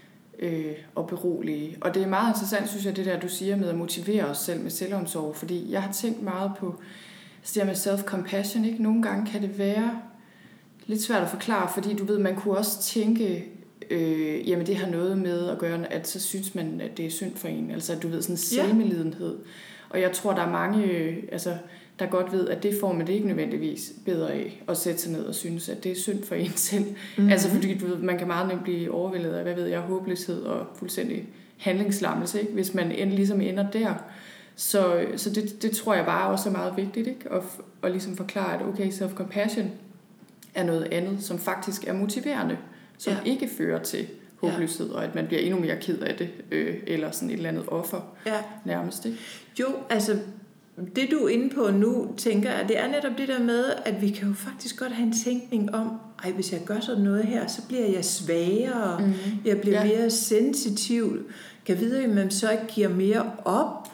og berolige. Og det er meget interessant, synes jeg, det der, du siger med at motivere os selv med selvomsorg, fordi jeg har tænkt meget på det der med self-compassion, ikke? Nogle gange kan det være lidt svært at forklare, fordi du ved, man kunne også tænke, jamen det har noget med at gøre, at så synes man, at det er synd for en. Altså du ved, sådan selvmedlidenhed. Og jeg tror, der er mange, der godt ved, at det får man det ikke nødvendigvis bedre af, at sætte sig ned og synes, at det er synd for en selv. Altså fordi du ved, man kan meget nemt blive overvældet af, hvad ved jeg, håbløshed og fuldstændig handlingslammelse, ikke? Hvis man ligesom ender der. Så det tror jeg bare også er meget vigtigt, ikke? Og ligesom forklare, at okay, self-compassion er noget andet, som faktisk er motiverende, som ikke fører til håbløshed, og at man bliver endnu mere ked af det, eller sådan et eller andet offer nærmest, ikke? Jo, altså det du er inde på nu, tænker jeg, det er netop det der med, at vi kan jo faktisk godt have en tænkning om, hvis jeg gør sådan noget her, så bliver jeg svagere, jeg bliver mere sensitiv, kan vide, at man så ikke giver mere op,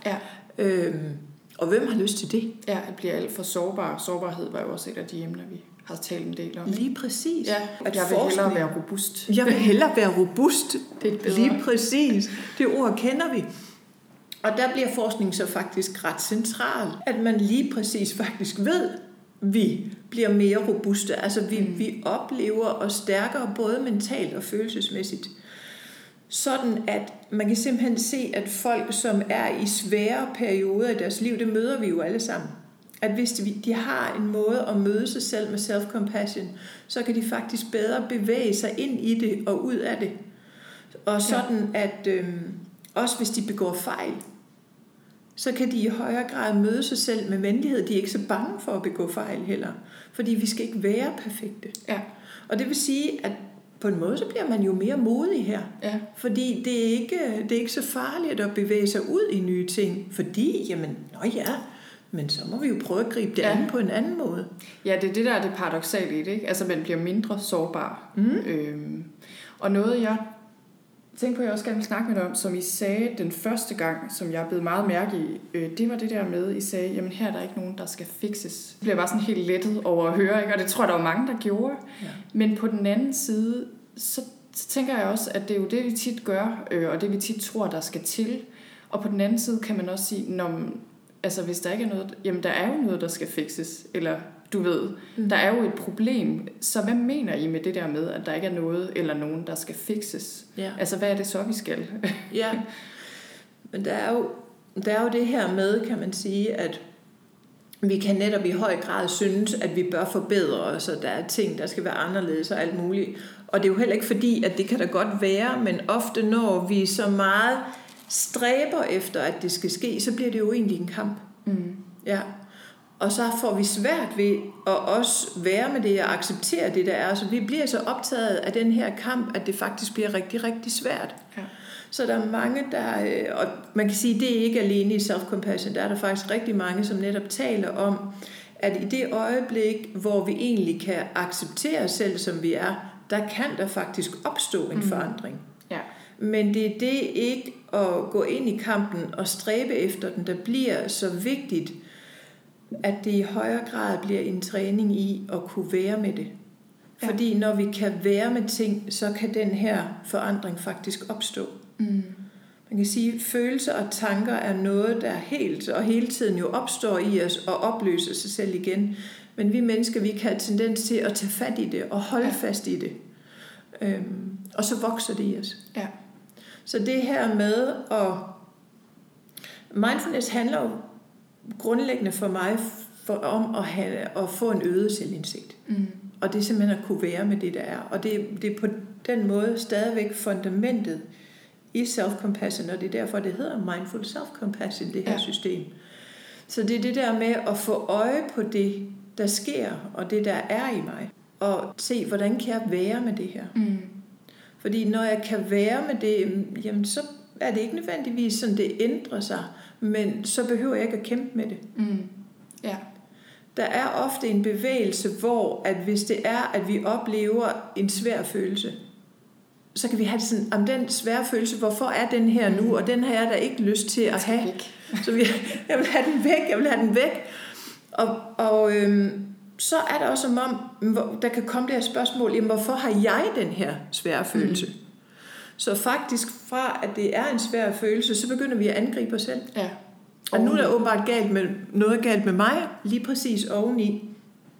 og hvem har lyst til det? Ja, det bliver alt for sårbar. Sårbarhed var jo også et af de emner, vi har talt en del om. Lige præcis. Ja, at jeg vil hellere være robust. Jeg vil hellere være robust. Det er bedre. Lige præcis. Det ord kender vi. Og der bliver forskning så faktisk ret central, at man lige præcis faktisk ved, vi bliver mere robuste. Altså vi oplever os stærkere både mentalt og følelsesmæssigt. Sådan at man kan simpelthen se, at folk, som er i svære perioder i deres liv, det møder vi jo alle sammen. At hvis de har en måde at møde sig selv med self-compassion, så kan de faktisk bedre bevæge sig ind i det og ud af det. Og sådan at også hvis de begår fejl, så kan de i højere grad møde sig selv med venlighed. De er ikke så bange for at begå fejl heller, fordi vi skal ikke være perfekte. Ja. Og det vil sige, at på en måde, så bliver man jo mere modig her. Ja. Fordi det er ikke så farligt at bevæge sig ud i nye ting. Fordi, men så må vi jo prøve at gribe det an på en anden måde. Ja, det er det, der er det paradoksale i det, ikke? Altså, man bliver mindre sårbar. Og noget, jeg tænkte på, at jeg også gerne vil snakke med dig om, som I sagde den første gang, som jeg blev meget mærke i, det var det der med, I sagde, jamen her er der ikke nogen, der skal fikses. Det bliver bare sådan helt lettet over at høre, ikke? Og det tror jeg, der var mange, der gjorde. Ja. Men på den anden side, så tænker jeg også, at det er jo det, vi tit gør, og det vi tit tror, der skal til. Og på den anden side kan man også sige, altså hvis der ikke er noget, jamen der er jo noget, der skal fikses, eller du ved, der er jo et problem. Så hvad mener I med det der med, at der ikke er noget eller nogen, der skal fikses? Ja. Altså hvad er det så, vi skal? Ja, men der er jo det her med, kan man sige, at vi kan netop i høj grad synes, at vi bør forbedre os, og der er ting, der skal være anderledes og alt muligt. Og det er jo heller ikke fordi, at det kan da godt være, men ofte når vi så meget stræber efter, at det skal ske, så bliver det jo egentlig en kamp. Mm. Ja. Og så får vi svært ved at også være med det og acceptere det, der er. Så vi bliver så optaget af den her kamp, at det faktisk bliver rigtig, rigtig svært. Ja. Så der er mange, og man kan sige, at det er ikke alene i self-compassion. Der er der faktisk rigtig mange, som netop taler om, at i det øjeblik, hvor vi egentlig kan acceptere os selv, som vi er, der kan der faktisk opstå en forandring. Ja. Men det er det ikke at gå ind i kampen og stræbe efter den, der bliver så vigtigt, at det i højere grad bliver en træning i at kunne være med det. Ja. Fordi når vi kan være med ting, så kan den her forandring faktisk opstå. Mm. Man kan sige, at følelser og tanker er noget, der helt og hele tiden jo opstår i os og opløser sig selv igen. Men vi mennesker, vi kan have tendens til at tage fat i det og holde fast i det. Og så vokser det i os. Ja. Så det her med mindfulness handler jo grundlæggende for mig om at få en øget selvindsigt. Mm. Og det er simpelthen at kunne være med det, der er. Og det er på den måde stadigvæk fundamentet i self-compassion, og det er derfor, det hedder mindful self-compassion, det her system. Så det er det der med at få øje på det, der sker, og det, der er i mig, og se, hvordan kan jeg være med det her. Mm. Fordi når jeg kan være med det, jamen så er det ikke nødvendigvis sådan, det ændrer sig, men så behøver jeg ikke at kæmpe med det. Mm. Ja. Der er ofte en bevægelse, hvor at hvis det er, at vi oplever en svær følelse, så kan vi have det sådan, om den svære følelse, hvorfor er den her nu, og den har jeg da ikke lyst til at have. Så jeg vil have den væk, Og så er det også som om, der kan komme det her spørgsmål, jamen hvorfor har jeg den her svære følelse? Mm. Så faktisk fra, at det er en svær følelse, så begynder vi at angribe os selv. Ja. Og nu er der åbenbart noget galt med mig, lige præcis oveni.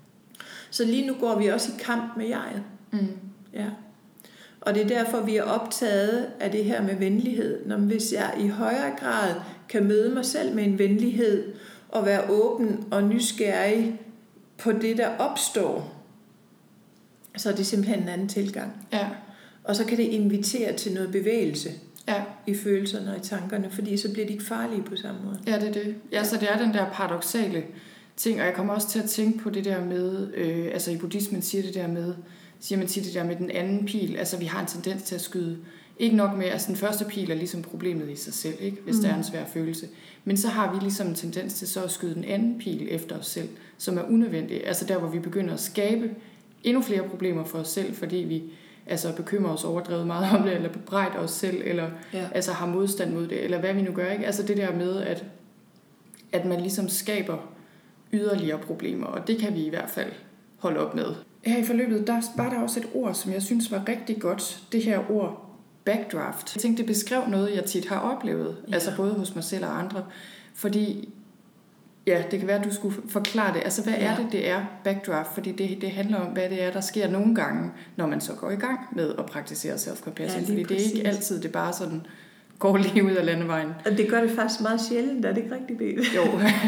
Så lige nu går vi også i kamp med jeget. Mm. Ja. Og det er derfor, vi er optaget af det her med venlighed. Når hvis jeg i højere grad kan møde mig selv med en venlighed, og være åben og nysgerrig på det, der opstår, så er det simpelthen en anden tilgang. Ja. Og så kan det invitere til noget bevægelse i følelserne og i tankerne, fordi så bliver de ikke farlige på samme måde. Ja, det er det. Ja, så det er den der paradoksale ting, og jeg kommer også til at tænke på det der med, altså i buddhismen siger man tit det der med den anden pil, altså vi har en tendens til at skyde, ikke nok med, altså den første pil er ligesom problemet i sig selv, ikke? Hvis der er en svær følelse, men så har vi ligesom en tendens til så at skyde den anden pil efter os selv, som er unødvendig, altså der hvor vi begynder at skabe endnu flere problemer for os selv, fordi vi altså bekymrer os overdrevet meget om det, eller bebrejder os selv, eller altså har modstand mod det, eller hvad vi nu gør, ikke? Altså det der med, at man ligesom skaber yderligere problemer, og det kan vi i hvert fald holde op med. Her i forløbet, der var der også et ord, som jeg synes var rigtig godt, det her ord backdraft. Jeg tænkte, det beskrev noget, jeg tit har oplevet, altså både hos mig selv og andre, fordi det kan være, at du skulle forklare det. Altså, hvad er det er backdraft? Fordi det handler om, hvad det er, der sker nogle gange, når man så går i gang med at praktisere self-compassion. Fordi det er ikke altid, det bare sådan går lige ud af landevejen. Og det gør det faktisk meget sjældent, er det ikke rigtigt, Bebe? Jo,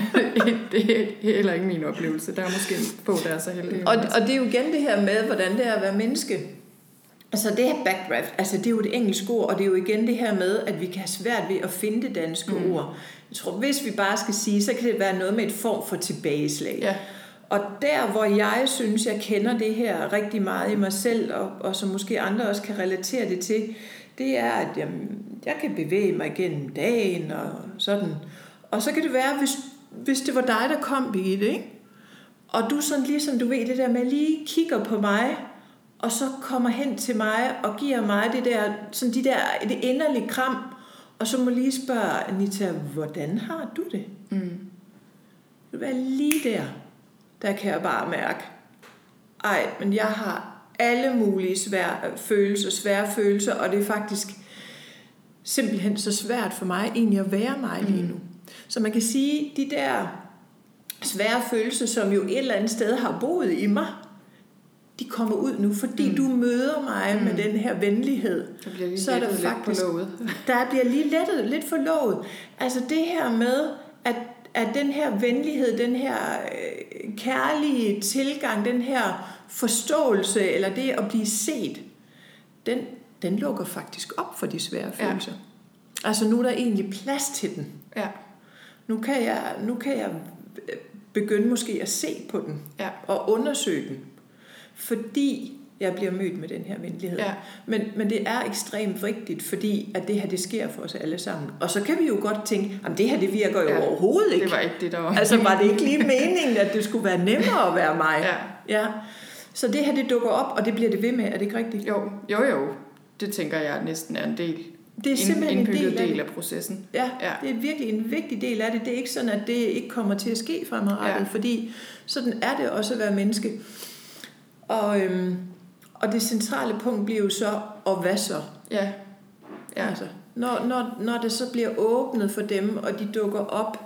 det er heller ikke min oplevelse. Der er måske få, der er så heldige. Og det er jo igen det her med, hvordan det er at være menneske. Altså det her backdraft, altså det er jo det engelske ord, og det er jo igen det her med, at vi kan have svært ved at finde det danske ord. Jeg tror, hvis vi bare skal sige, så kan det være noget med et form for tilbageslag. Ja. Og der, hvor jeg synes, jeg kender det her rigtig meget i mig selv, og som måske andre også kan relatere det til, det er, at jeg kan bevæge mig gennem dagen og sådan. Og så kan det være, hvis det var dig, der kom i det, ikke? Og du sådan ligesom, du ved det der med, lige kigger på mig, og så kommer hen til mig og giver mig det inderlige kram, og så må lige spørge Anita, hvordan har du det? Det vil være lige der kan jeg bare mærke, men jeg har alle mulige svære følelser, og det er faktisk simpelthen så svært for mig egentlig at være mig lige nu. Så man kan sige, de der svære følelser, som jo et eller andet sted har boet i mig, de kommer ud nu, fordi du møder mig med den her venlighed. Så er der faktisk lidt på låget. Der bliver lige lettet lidt for låget. Altså det her med, at den her venlighed, den her kærlige tilgang, den her forståelse, eller det at blive set, den lukker faktisk op for de svære følelser. Altså nu er der egentlig plads til den. Ja. Nu kan jeg begynde måske at se på den og undersøge den, fordi jeg bliver mødt med den her venlighed. Ja. Men det er ekstremt vigtigt, fordi at det her, det sker for os alle sammen. Og så kan vi jo godt tænke, at det her, det virker jo overhovedet ikke. Det var ikke det, der var. Altså var det ikke lige meningen, at det skulle være nemmere at være mig? Ja. Så det her, det dukker op, og det bliver det ved med. Er det ikke rigtigt? Jo. Det tænker jeg næsten er en del. Det er simpelthen en del af processen. Ja, det er virkelig en vigtig del af det. Det er ikke sådan, at det ikke kommer til at ske fremadrettet, fordi sådan er det også at være menneske. Og det centrale punkt bliver jo så, og hvad så? Ja. Altså, når det så bliver åbnet for dem, og de dukker op,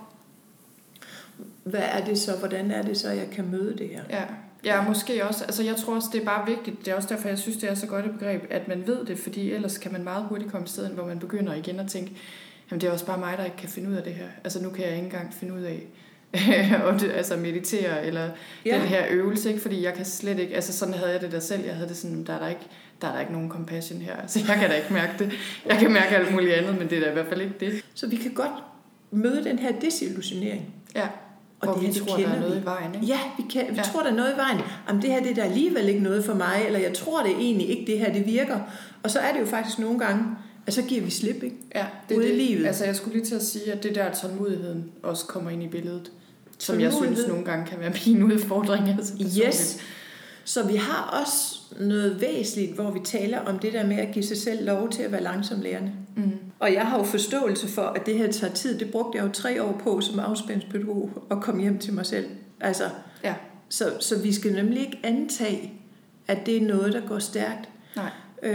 hvad er det så? Hvordan er det så, jeg kan møde det her? Ja, måske også. Altså, jeg tror også, det er bare vigtigt. Det er også derfor, jeg synes, det er så godt et begreb, at man ved det, fordi ellers kan man meget hurtigt komme til stedet, hvor man begynder igen at tænke, jamen det er også bare mig, der ikke kan finde ud af det her. Altså, nu kan jeg ikke engang finde ud af altså meditere, eller den her øvelse, ikke? Fordi jeg kan slet ikke, altså sådan havde jeg det der selv, jeg havde det sådan, der er der ikke nogen compassion her, altså jeg kan da ikke mærke det. Jeg kan mærke alt muligt andet, men det er da i hvert fald ikke det. Så vi kan godt møde den her desillusionering. Ja. Og vi tror, der er noget i vejen, ikke? Ja, vi tror, der er noget i vejen. Jamen, det her, det er der alligevel ikke noget for mig, eller jeg tror det egentlig ikke, det her, det virker. Og så er det jo faktisk nogle gange, at så giver vi slip, ikke? Ja, det er det. Livet. Altså, jeg skulle lige til at sige, at det der tålmodigheden også kommer ind i billedet, som jeg synes nogle gange kan være min udfordring. Altså, yes. Så vi har også noget væsentligt, hvor vi taler om det der med at give sig selv lov til at være langsom lærende. Og jeg har jo forståelse for, at det her tager tid. Det brugte jeg jo 3 år på som afspændingspædagog at komme hjem til mig selv. Altså, så vi skal nemlig ikke antage, at det er noget, der går stærkt. Nej.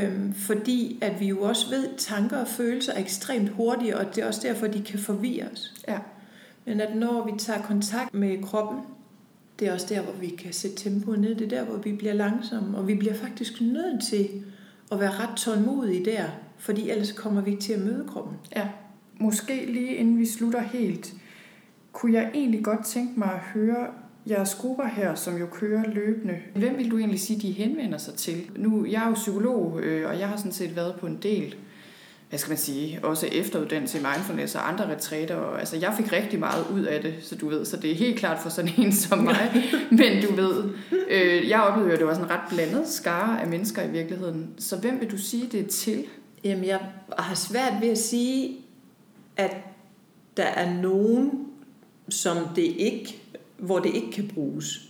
Fordi at vi jo også ved, at tanker og følelser er ekstremt hurtige, og det er også derfor, de kan forvirre os. Ja. Men at når vi tager kontakt med kroppen, det er også der, hvor vi kan sætte tempoet ned. Det er der, hvor vi bliver langsomme, og vi bliver faktisk nødt til at være ret tålmodige der, fordi ellers kommer vi ikke til at møde kroppen. Ja, måske lige inden vi slutter helt, kunne jeg egentlig godt tænke mig at høre jeres grupper her, som jo kører løbende. Hvem vil du egentlig sige, de henvender sig til? Nu, jeg er jo psykolog, og jeg har sådan set været på en del, hvad skal man sige, også efteruddannelse i mindfulness og andre retræter, og altså jeg fik rigtig meget ud af det, så du ved, så det er helt klart for sådan en som mig, men du ved, jeg oplevede, at det var sådan en ret blandet skare af mennesker i virkeligheden, så hvem vil du sige det til? Jamen, jeg har svært ved at sige, at der er nogen, som det ikke, hvor det ikke kan bruges.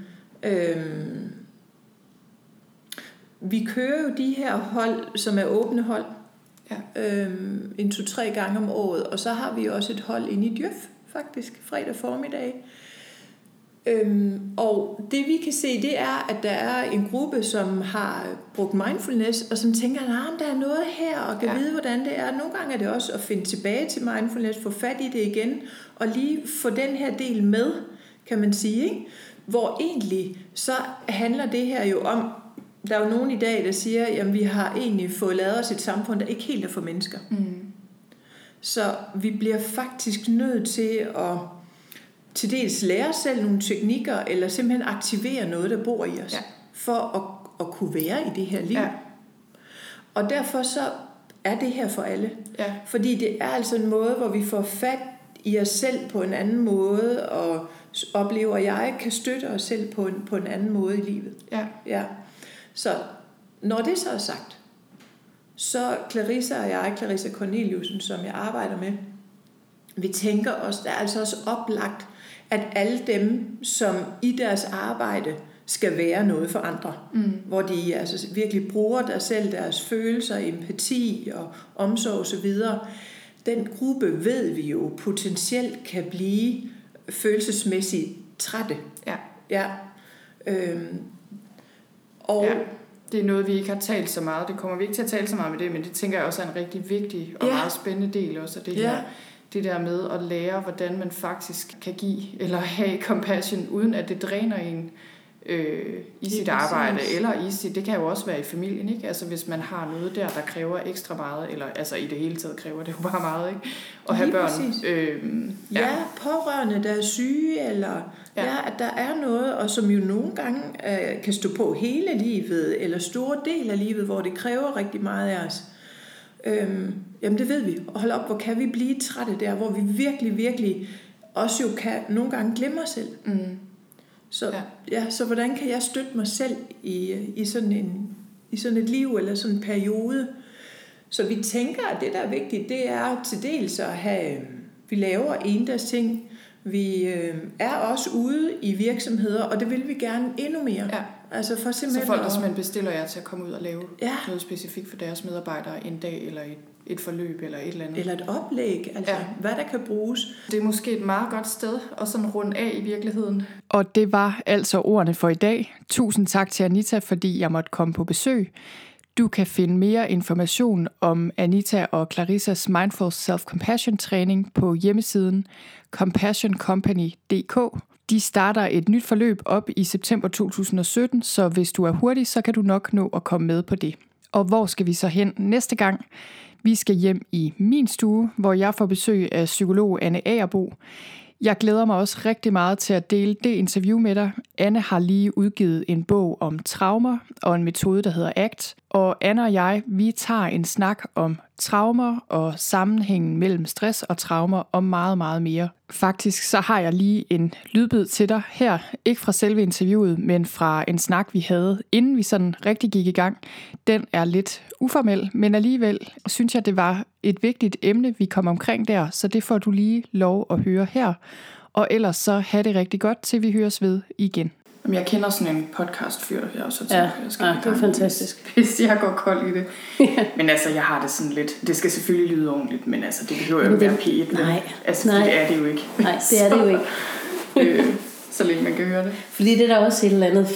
Vi kører jo de her hold, som er åbne hold, 2-3 gange om året, og så har vi også et hold inde i Djøf, faktisk, fredag formiddag. Og det vi kan se, det er, at der er en gruppe, som har brugt mindfulness, og som tænker, der er noget her, og kan vide, hvordan det er. Nogle gange er det også at finde tilbage til mindfulness, få fat i det igen, og lige få den her del med, kan man sige, ikke? Hvor egentlig så handler det her jo om, der er jo nogen i dag, der siger, jamen vi har egentlig fået lavet os et samfund, der ikke helt er for mennesker. Så vi bliver faktisk nødt til at til dels lære os selv nogle teknikker, eller simpelthen aktivere noget, der bor i os, for at kunne være i det her liv. Og derfor så er det her for alle. Fordi det er altså en måde, hvor vi får fat i os selv på en anden måde, og oplever, at jeg kan støtte os selv på en anden måde i livet. Så når det så er sagt, så Clarissa Corneliusen, som jeg arbejder med, vi tænker os, der er altså også oplagt, at alle dem, som i deres arbejde skal være noget for andre. Hvor de altså virkelig bruger deres følelser, empati og omsorg osv. Den gruppe ved vi jo potentielt kan blive følelsesmæssigt trætte. Ja. Og det er noget, vi ikke har talt så meget. Det kommer vi ikke til at tale så meget med det, men det tænker jeg også er en rigtig vigtig og meget spændende del også af det her. Det der med at lære, hvordan man faktisk kan give eller have compassion, uden at det dræner en i sit arbejde, eller i sit, det kan jo også være i familien, ikke? Altså hvis man har noget der kræver ekstra meget, eller altså i det hele taget kræver det jo bare meget, ikke? At have børn. Pårørende, der er syge, eller at der er noget, og som jo nogle gange kan stå på hele livet, eller store del af livet, hvor det kræver rigtig meget af os. Jamen det ved vi. Og hold op, hvor kan vi blive trætte der, hvor vi virkelig, virkelig også jo kan nogle gange glemme os selv. Så hvordan kan jeg støtte mig selv i sådan et liv eller sådan en periode? Så vi tænker, at det der er vigtigt, det er til dels at have, vi laver endags ting, vi er også ude i virksomheder, og det vil vi gerne endnu mere. Altså for simpelthen så folk, der simpelthen bestiller jer til at komme ud og lave noget specifikt for deres medarbejdere en dag, eller et forløb, eller et eller andet. Eller et oplæg, altså hvad der kan bruges. Det er måske et meget godt sted at sådan runde af i virkeligheden. Og det var altså ordene for i dag. Tusind tak til Anita, fordi jeg måtte komme på besøg. Du kan finde mere information om Anita og Clarissas Mindful Self-Compassion træning på hjemmesiden compassioncompany.dk. De starter et nyt forløb op i september 2017, så hvis du er hurtig, så kan du nok nå at komme med på det. Og hvor skal vi så hen næste gang? Vi skal hjem i min stue, hvor jeg får besøg af psykolog Anne Agerbo. Jeg glæder mig også rigtig meget til at dele det interview med dig. Anne har lige udgivet en bog om traumer og en metode, der hedder ACT. Og Anne og jeg, vi tager en snak om traumer og sammenhængen mellem stress og traumer og meget, meget mere. Faktisk så har jeg lige en lydbid til dig her. Ikke fra selve interviewet, men fra en snak, vi havde, inden vi sådan rigtig gik i gang. Den er lidt uformel, men alligevel synes jeg, det var et vigtigt emne, vi kom omkring der. Så det får du lige lov at høre her. Og ellers så have det rigtig godt, til vi høres ved igen. Jeg kender sådan en podcast-fyr her også. Det er fantastisk. Hvis jeg går kold i det. Men altså, jeg har det sådan lidt. Det skal selvfølgelig lyde ordentligt, men altså, det behøver jo være P1. Nej. Altså, det er det jo ikke. Nej, det er det jo ikke. Så længe man kan høre det. Fordi det er der også et eller andet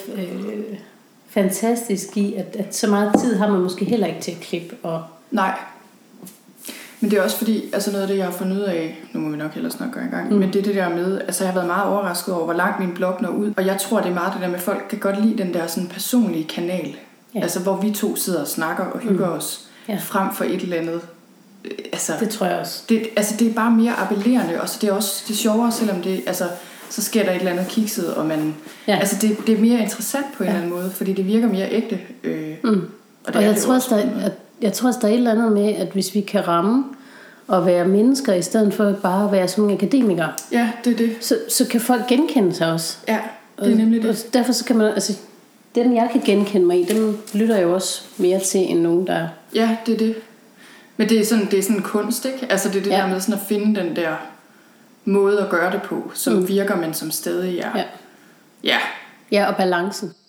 fantastisk i, at så meget tid har man måske heller ikke til at klippe. Nej. Men det er også fordi, altså noget af det, jeg har fundet ud af, nu må vi nok hellere snart gå i gang, men det er det der med, altså jeg har været meget overrasket over, hvor langt min blog når ud, og jeg tror, det er meget det der med, folk kan godt lide den der sådan personlige kanal, altså hvor vi to sidder og snakker og hygger os, frem for et eller andet. Altså, det tror jeg også. Det er bare mere appellerende, og så det er også det sjovere, selvom det, altså, så sker der et eller andet kikset, og man, altså det er mere interessant på en eller anden måde, fordi det virker mere ægte. Og jeg tror også, der er et eller andet med, at hvis vi kan ramme og være mennesker, i stedet for bare at være sådan nogle akademikere, det er det. Så kan folk genkende sig også. Ja, det er nemlig det. Og derfor så kan man, altså dem jeg kan genkende mig i, dem lytter jeg jo også mere til, end nogen, der... Ja, det er det. Men det er sådan kunst, ikke? Altså det er det der med sådan at finde den der måde at gøre det på, som virker, men som stadig er... Ja, og balancen.